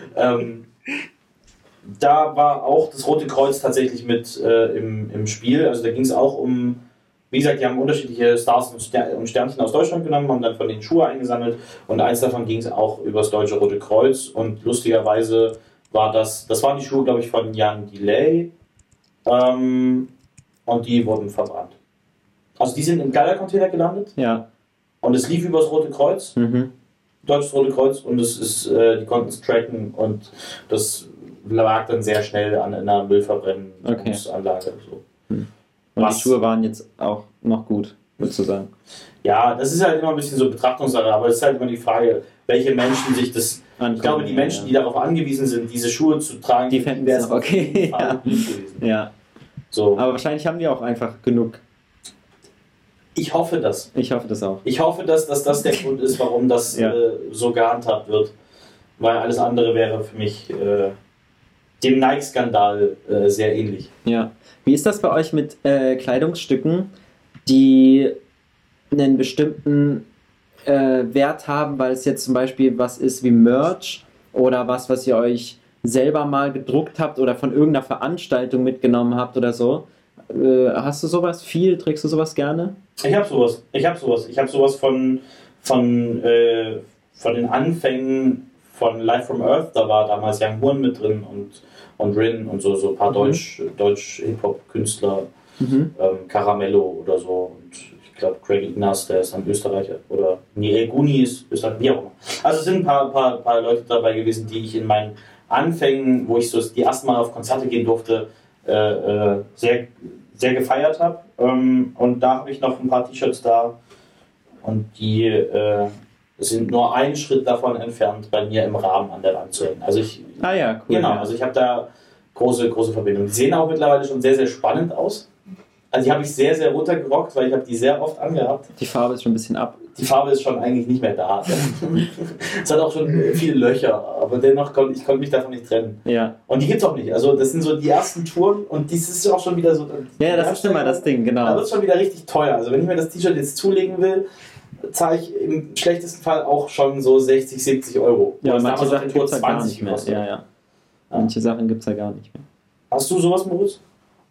Da war auch das Rote Kreuz tatsächlich mit im Spiel. Also da ging es auch um, wie gesagt, die haben unterschiedliche Stars und Sternchen aus Deutschland genommen, haben dann von den Schuhe eingesammelt und eins davon ging es auch über das Deutsche Rote Kreuz und lustigerweise war das waren die Schuhe, glaube ich, von Jan Delay und die wurden verbrannt. Also die sind im Geiler-Container gelandet Ja. und es lief über das Rote Kreuz, Mhm. Deutsches Rote Kreuz und es ist, die konnten es tracken und das lag dann sehr schnell an einer Müllverbrennungsanlage. So. Und Was? die Schuhe waren jetzt auch noch gut, würdest du sagen? Ja, das ist halt immer ein bisschen so Betrachtungssache, aber es ist halt immer die Frage, welche Menschen sich das. Ich glaube, die Menschen, die darauf angewiesen sind, diese Schuhe zu tragen, die fänden es noch okay. Ja. gut gewesen. Ja. So. Aber wahrscheinlich haben die auch einfach genug. Ich hoffe das. Ich hoffe das auch. Ich hoffe, dass das der Grund ist, warum das Ja. so gehandhabt wird. Weil alles andere wäre für mich dem Nike-Skandal sehr ähnlich. Ja. Wie ist das bei euch mit Kleidungsstücken, die einen bestimmten Wert haben, weil es jetzt zum Beispiel was ist wie Merch oder was ihr euch selber mal gedruckt habt oder von irgendeiner Veranstaltung mitgenommen habt oder so? Hast du sowas viel? Trägst du sowas gerne? Ich habe sowas. Ich habe sowas von den Anfängen von Live from Earth. Da war damals Young Horn mit drin und Rin und so ein paar Deutsch-Hip-Hop-Künstler, Caramello oder so. Und ich glaube, Craig Ignaz, der ist ein Österreicher. Oder Nireguni ist Österreicher, wie auch immer. Also es sind ein paar Leute dabei gewesen, die ich in meinen Anfängen, wo ich so die ersten Mal auf Konzerte gehen durfte, sehr, sehr gefeiert habe. Und da habe ich noch ein paar T-Shirts da. Und die sind nur einen Schritt davon entfernt, bei mir im Rahmen an der Wand zu hängen. Also Ah ja, cool. genau, Ja. also ich habe da große Verbindungen. Die sehen auch mittlerweile schon sehr, sehr spannend aus. Also die habe ich sehr, sehr runtergerockt, weil ich habe die sehr oft angehabt. Die Farbe ist schon ein bisschen ab. Die Farbe ist schon eigentlich nicht mehr da. Es hat auch schon viele Löcher, aber dennoch konnte ich mich davon nicht trennen. Ja. Und die gibt es auch nicht. Also das sind so die ersten Touren und dies ist auch schon wieder so... Ja, das ist immer das Ding, Da genau. wird es schon wieder richtig teuer. Also wenn ich mir das T-Shirt jetzt zulegen will, zahle ich im schlechtesten Fall auch schon so 60, 70 Euro. Ja, Was manche damals Sachen auf Tour gibt es ja gar nicht mehr. gekostet. Ja. Manche Sachen gibt es ja gar nicht mehr. Hast du sowas, Moritz?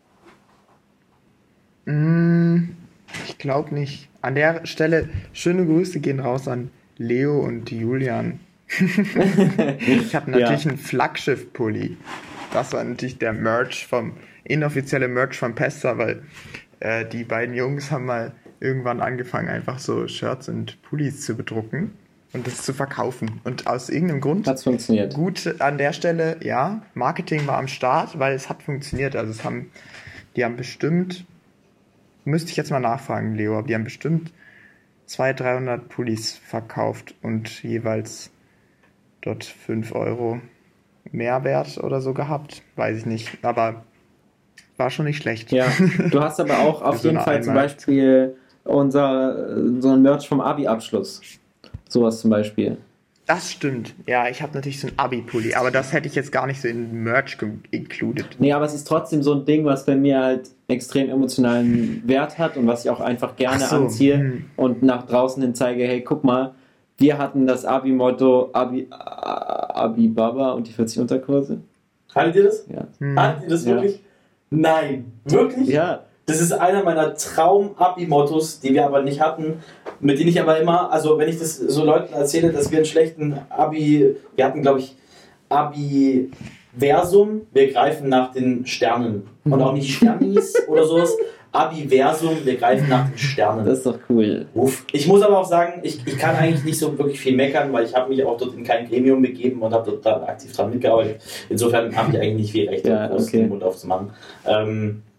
Ich glaube nicht. An der Stelle schöne Grüße gehen raus an Leo und Julian. Ich habe natürlich einen Flaggschiff-Pulli. Das war natürlich der inoffizielle Merch vom Pester, weil die beiden Jungs haben mal irgendwann angefangen, einfach so Shirts und Pullis zu bedrucken und das zu verkaufen. Und aus irgendeinem Grund Hat's funktioniert. gut an der Stelle, ja, Marketing war am Start, weil es hat funktioniert. Also die haben bestimmt, müsste ich jetzt mal nachfragen, Leo, aber die haben bestimmt 200, 300 Pullis verkauft und jeweils dort 5 Euro Mehrwert oder so gehabt. Weiß ich nicht, aber war schon nicht schlecht. Ja, du hast aber auch auf Für so jeden eine Fall zum Einmal. Beispiel so ein Merch vom Abi-Abschluss. Sowas zum Beispiel. Das stimmt. Ja, ich habe natürlich so ein Abi-Pulli, aber das hätte ich jetzt gar nicht so in Merch included. Nee, aber es ist trotzdem so ein Ding, was bei mir halt extrem emotionalen Wert hat und was ich auch einfach gerne Ach so, anziehe und nach draußen hin zeige, hey, guck mal, wir hatten das Abi-Motto Abi Baba und die 40 Unterkurse. Hattet ihr das? Ja. Hattet ihr das Ja. wirklich? Nein. Wirklich? Ja, Das ist einer meiner Traum-Abi-Mottos, die wir aber nicht hatten, mit denen ich aber immer, also wenn ich das so Leuten erzähle, dass wir einen schlechten wir hatten glaube ich Abi-Versum, wir greifen nach den Sternen und auch nicht Sternis oder sowas, Abi-Versum, wir greifen nach den Sternen. das ist doch cool. Uff. Ich muss aber auch sagen, ich kann eigentlich nicht so wirklich viel meckern, weil ich habe mich auch dort in kein Gremium begeben und habe dort aktiv dran mitgearbeitet. Insofern habe ich eigentlich nicht viel Recht, Ja, groß okay. den Mund aufzumachen.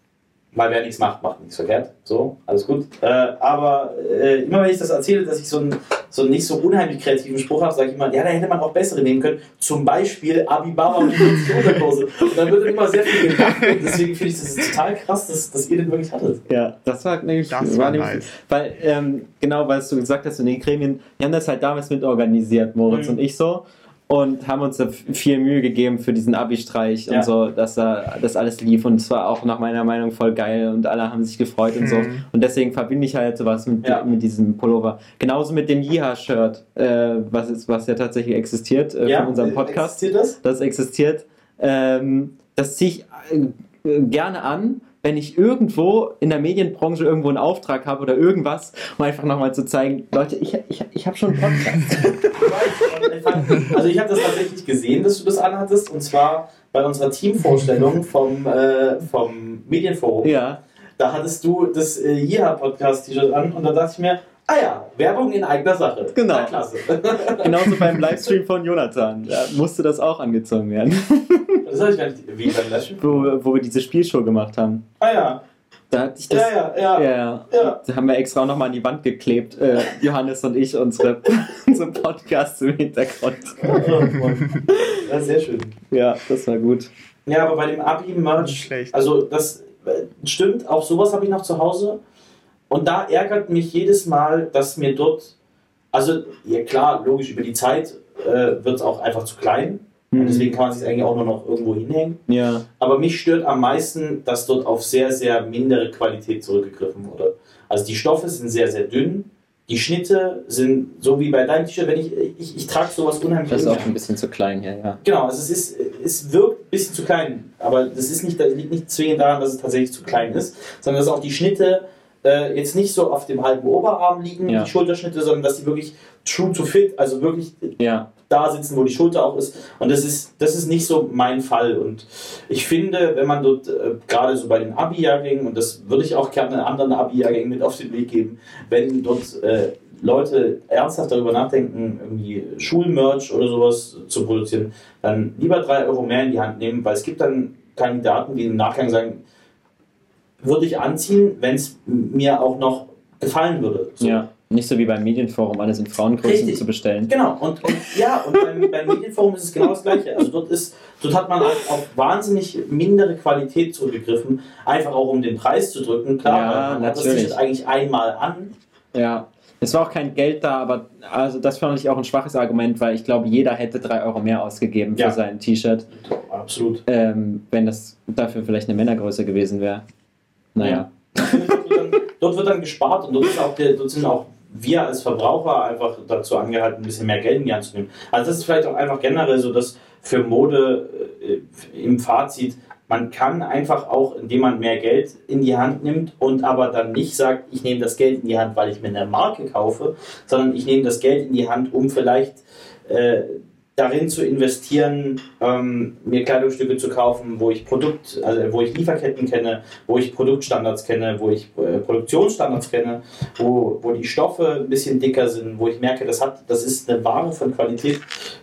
weil wer nichts macht, macht nichts verkehrt. So, alles gut. Aber immer wenn ich das erzähle, dass ich so einen nicht so unheimlich kreativen Spruch habe, sage ich immer, ja, da hätte man auch bessere nehmen können. Zum Beispiel Abibaba und die Unterkurse. Und dann wird immer sehr viel gemacht. Und deswegen finde ich das total krass, dass ihr den wirklich hattet. Ja, das war nämlich... Das war nice. Weil, genau, weil du gesagt hast, in den Gremien, wir haben das halt damals mit organisiert, Moritz und ich so. Und haben uns da viel Mühe gegeben für diesen Abi-Streich und so, dass da das alles lief und es war auch nach meiner Meinung voll geil und alle haben sich gefreut und so. Und deswegen verbinde ich halt sowas mit diesem Pullover. Genauso mit dem Jiha-Shirt, was ja tatsächlich existiert von unserem Podcast. Existiert das? Das existiert. Das ziehe ich gerne an, wenn ich irgendwo in der Medienbranche irgendwo einen Auftrag habe oder irgendwas, um einfach nochmal zu zeigen, Leute, ich habe schon einen Podcast. Also ich habe das tatsächlich gesehen, dass du das anhattest, und zwar bei unserer Teamvorstellung vom Medienforum. Ja. Da hattest du das Jiha-Podcast-T-Shirt an und da dachte ich mir, Werbung in eigener Sache. Genau. Na, klasse. Genauso beim Livestream von Jonathan. Da musste das auch angezogen werden. Das habe ich gar nicht. Wie beim Livestream? Wo wir diese Spielshow gemacht haben. Ja. Da hatte ich das. Ja. Da haben wir extra auch nochmal an die Wand geklebt. Johannes und ich, unsere Podcasts im Hintergrund. Ja, sehr schön. Ja, das war gut. Ja, aber bei dem Abi-Merch, also das stimmt, auch sowas habe ich noch zu Hause. Und da ärgert mich jedes Mal, dass mir dort, also ja klar, logisch, über die Zeit wird es auch einfach zu klein. Und deswegen kann man sich eigentlich auch nur noch irgendwo hinhängen. Ja. Aber mich stört am meisten, dass dort auf sehr, sehr mindere Qualität zurückgegriffen wurde. Also die Stoffe sind sehr, sehr dünn. Die Schnitte sind so wie bei deinem T-Shirt. Wenn ich trage sowas unheimlich. Das ist auch ein bisschen zu klein hier, ja. Genau, also es wirkt ein bisschen zu klein. Aber das liegt nicht zwingend daran, dass es tatsächlich zu klein ist, sondern dass auch die Schnitte jetzt nicht so auf dem halben Oberarm liegen, die Schulterschnitte, sondern dass die wirklich true to fit, also wirklich da sitzen, wo die Schulter auch ist. Und das ist nicht so mein Fall. Und ich finde, wenn man dort, gerade so bei den Abi-Jahrgängen, und das würde ich auch gerne anderen Abi-Jahrgängen mit auf den Weg geben, wenn dort Leute ernsthaft darüber nachdenken, irgendwie Schulmerch oder sowas zu produzieren, dann lieber 3 Euro mehr in die Hand nehmen, weil es gibt dann Kandidaten, die im Nachgang sagen, würde ich anziehen, wenn es mir auch noch gefallen würde. So. Ja, nicht so wie beim Medienforum, alles in Frauengrößen zu bestellen. Genau, und beim Medienforum ist es genau das Gleiche. Also dort hat man auf wahnsinnig mindere Qualität zurückgegriffen, einfach auch um den Preis zu drücken. Klar, man hat das T-Shirt eigentlich einmal an. Ja, es war auch kein Geld da, aber also das fand ich auch ein schwaches Argument, weil ich glaube, jeder hätte 3 Euro mehr ausgegeben für sein T-Shirt. Absolut. Wenn das dafür vielleicht eine Männergröße gewesen wäre. Naja. Ja. Dort wird dann gespart und dort sind auch wir als Verbraucher einfach dazu angehalten, ein bisschen mehr Geld in die Hand zu nehmen. Also das ist vielleicht auch einfach generell so, dass für Mode im Fazit, man kann einfach auch, indem man mehr Geld in die Hand nimmt und aber dann nicht sagt, ich nehme das Geld in die Hand, weil ich mir eine Marke kaufe, sondern ich nehme das Geld in die Hand, um vielleicht darin zu investieren, mir Kleidungsstücke zu kaufen, wo ich Lieferketten kenne, wo ich Produktstandards kenne, wo ich Produktionsstandards kenne, wo die Stoffe ein bisschen dicker sind, wo ich merke, das ist eine Ware von Qualität,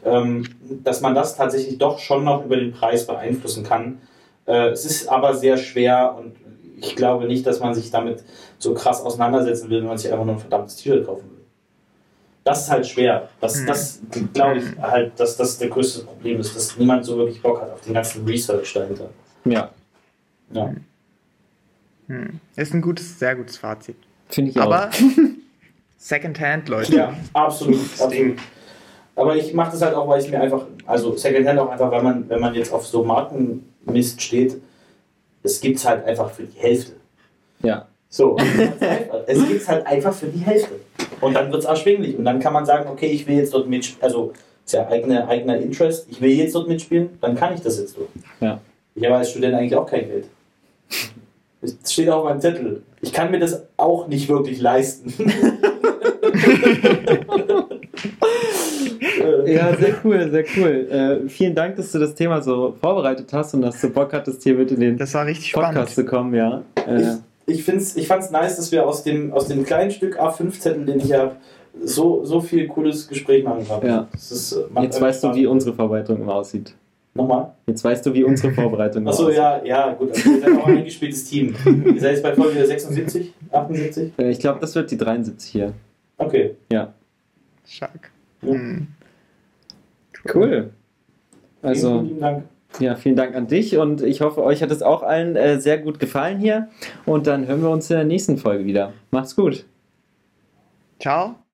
dass man das tatsächlich doch schon noch über den Preis beeinflussen kann. Es ist aber sehr schwer und ich glaube nicht, dass man sich damit so krass auseinandersetzen will, wenn man sich einfach nur ein verdammtes T-Shirt kaufen will. Das ist halt schwer. Das glaube ich halt, dass das der größte Problem ist, dass niemand so wirklich Bock hat auf den ganzen Research dahinter. Ja. Ist ein sehr gutes Fazit. Finde ich auch. Aber Secondhand, Leute. Ja, absolut. Aber ich mache das halt auch, weil ich mir einfach, also Secondhand auch einfach, weil wenn man jetzt auf so Markenmist steht, es gibt es halt einfach für die Hälfte. Ja. So, es gibt es halt einfach für die Hälfte. Und dann wird es erschwinglich. Und dann kann man sagen, okay, ich will jetzt dort mitspielen, also ist ja eigener Interest, ich will jetzt dort mitspielen, dann kann ich das jetzt durch. Ja. Ich habe als Student eigentlich auch kein Geld. Das steht auch auf meinem Zettel. Ich kann mir das auch nicht wirklich leisten. Ja, sehr cool, sehr cool. Vielen Dank, dass du das Thema so vorbereitet hast und dass du Bock hattest, hier mit in den Podcast zu kommen. Ja. Ich fand's nice, dass wir aus dem kleinen Stück A5-Zettel, den ich habe, so viel cooles Gespräch machen haben. Ja. Jetzt weißt du, wie unsere Vorbereitung immer aussieht. Nochmal? Jetzt weißt du, wie unsere Vorbereitung Achso, aussieht. ja, gut. Also ihr seid auch ein eingespieltes Team. Ihr seid jetzt bei Folge 76, 78? Ich glaube, das wird die 73 hier. Okay. Ja. Stark. Ja. Cool. Also, Vielen Dank. ja, vielen Dank an dich und ich hoffe, euch hat es auch allen sehr gut gefallen hier und dann hören wir uns in der nächsten Folge wieder. Macht's gut. Ciao.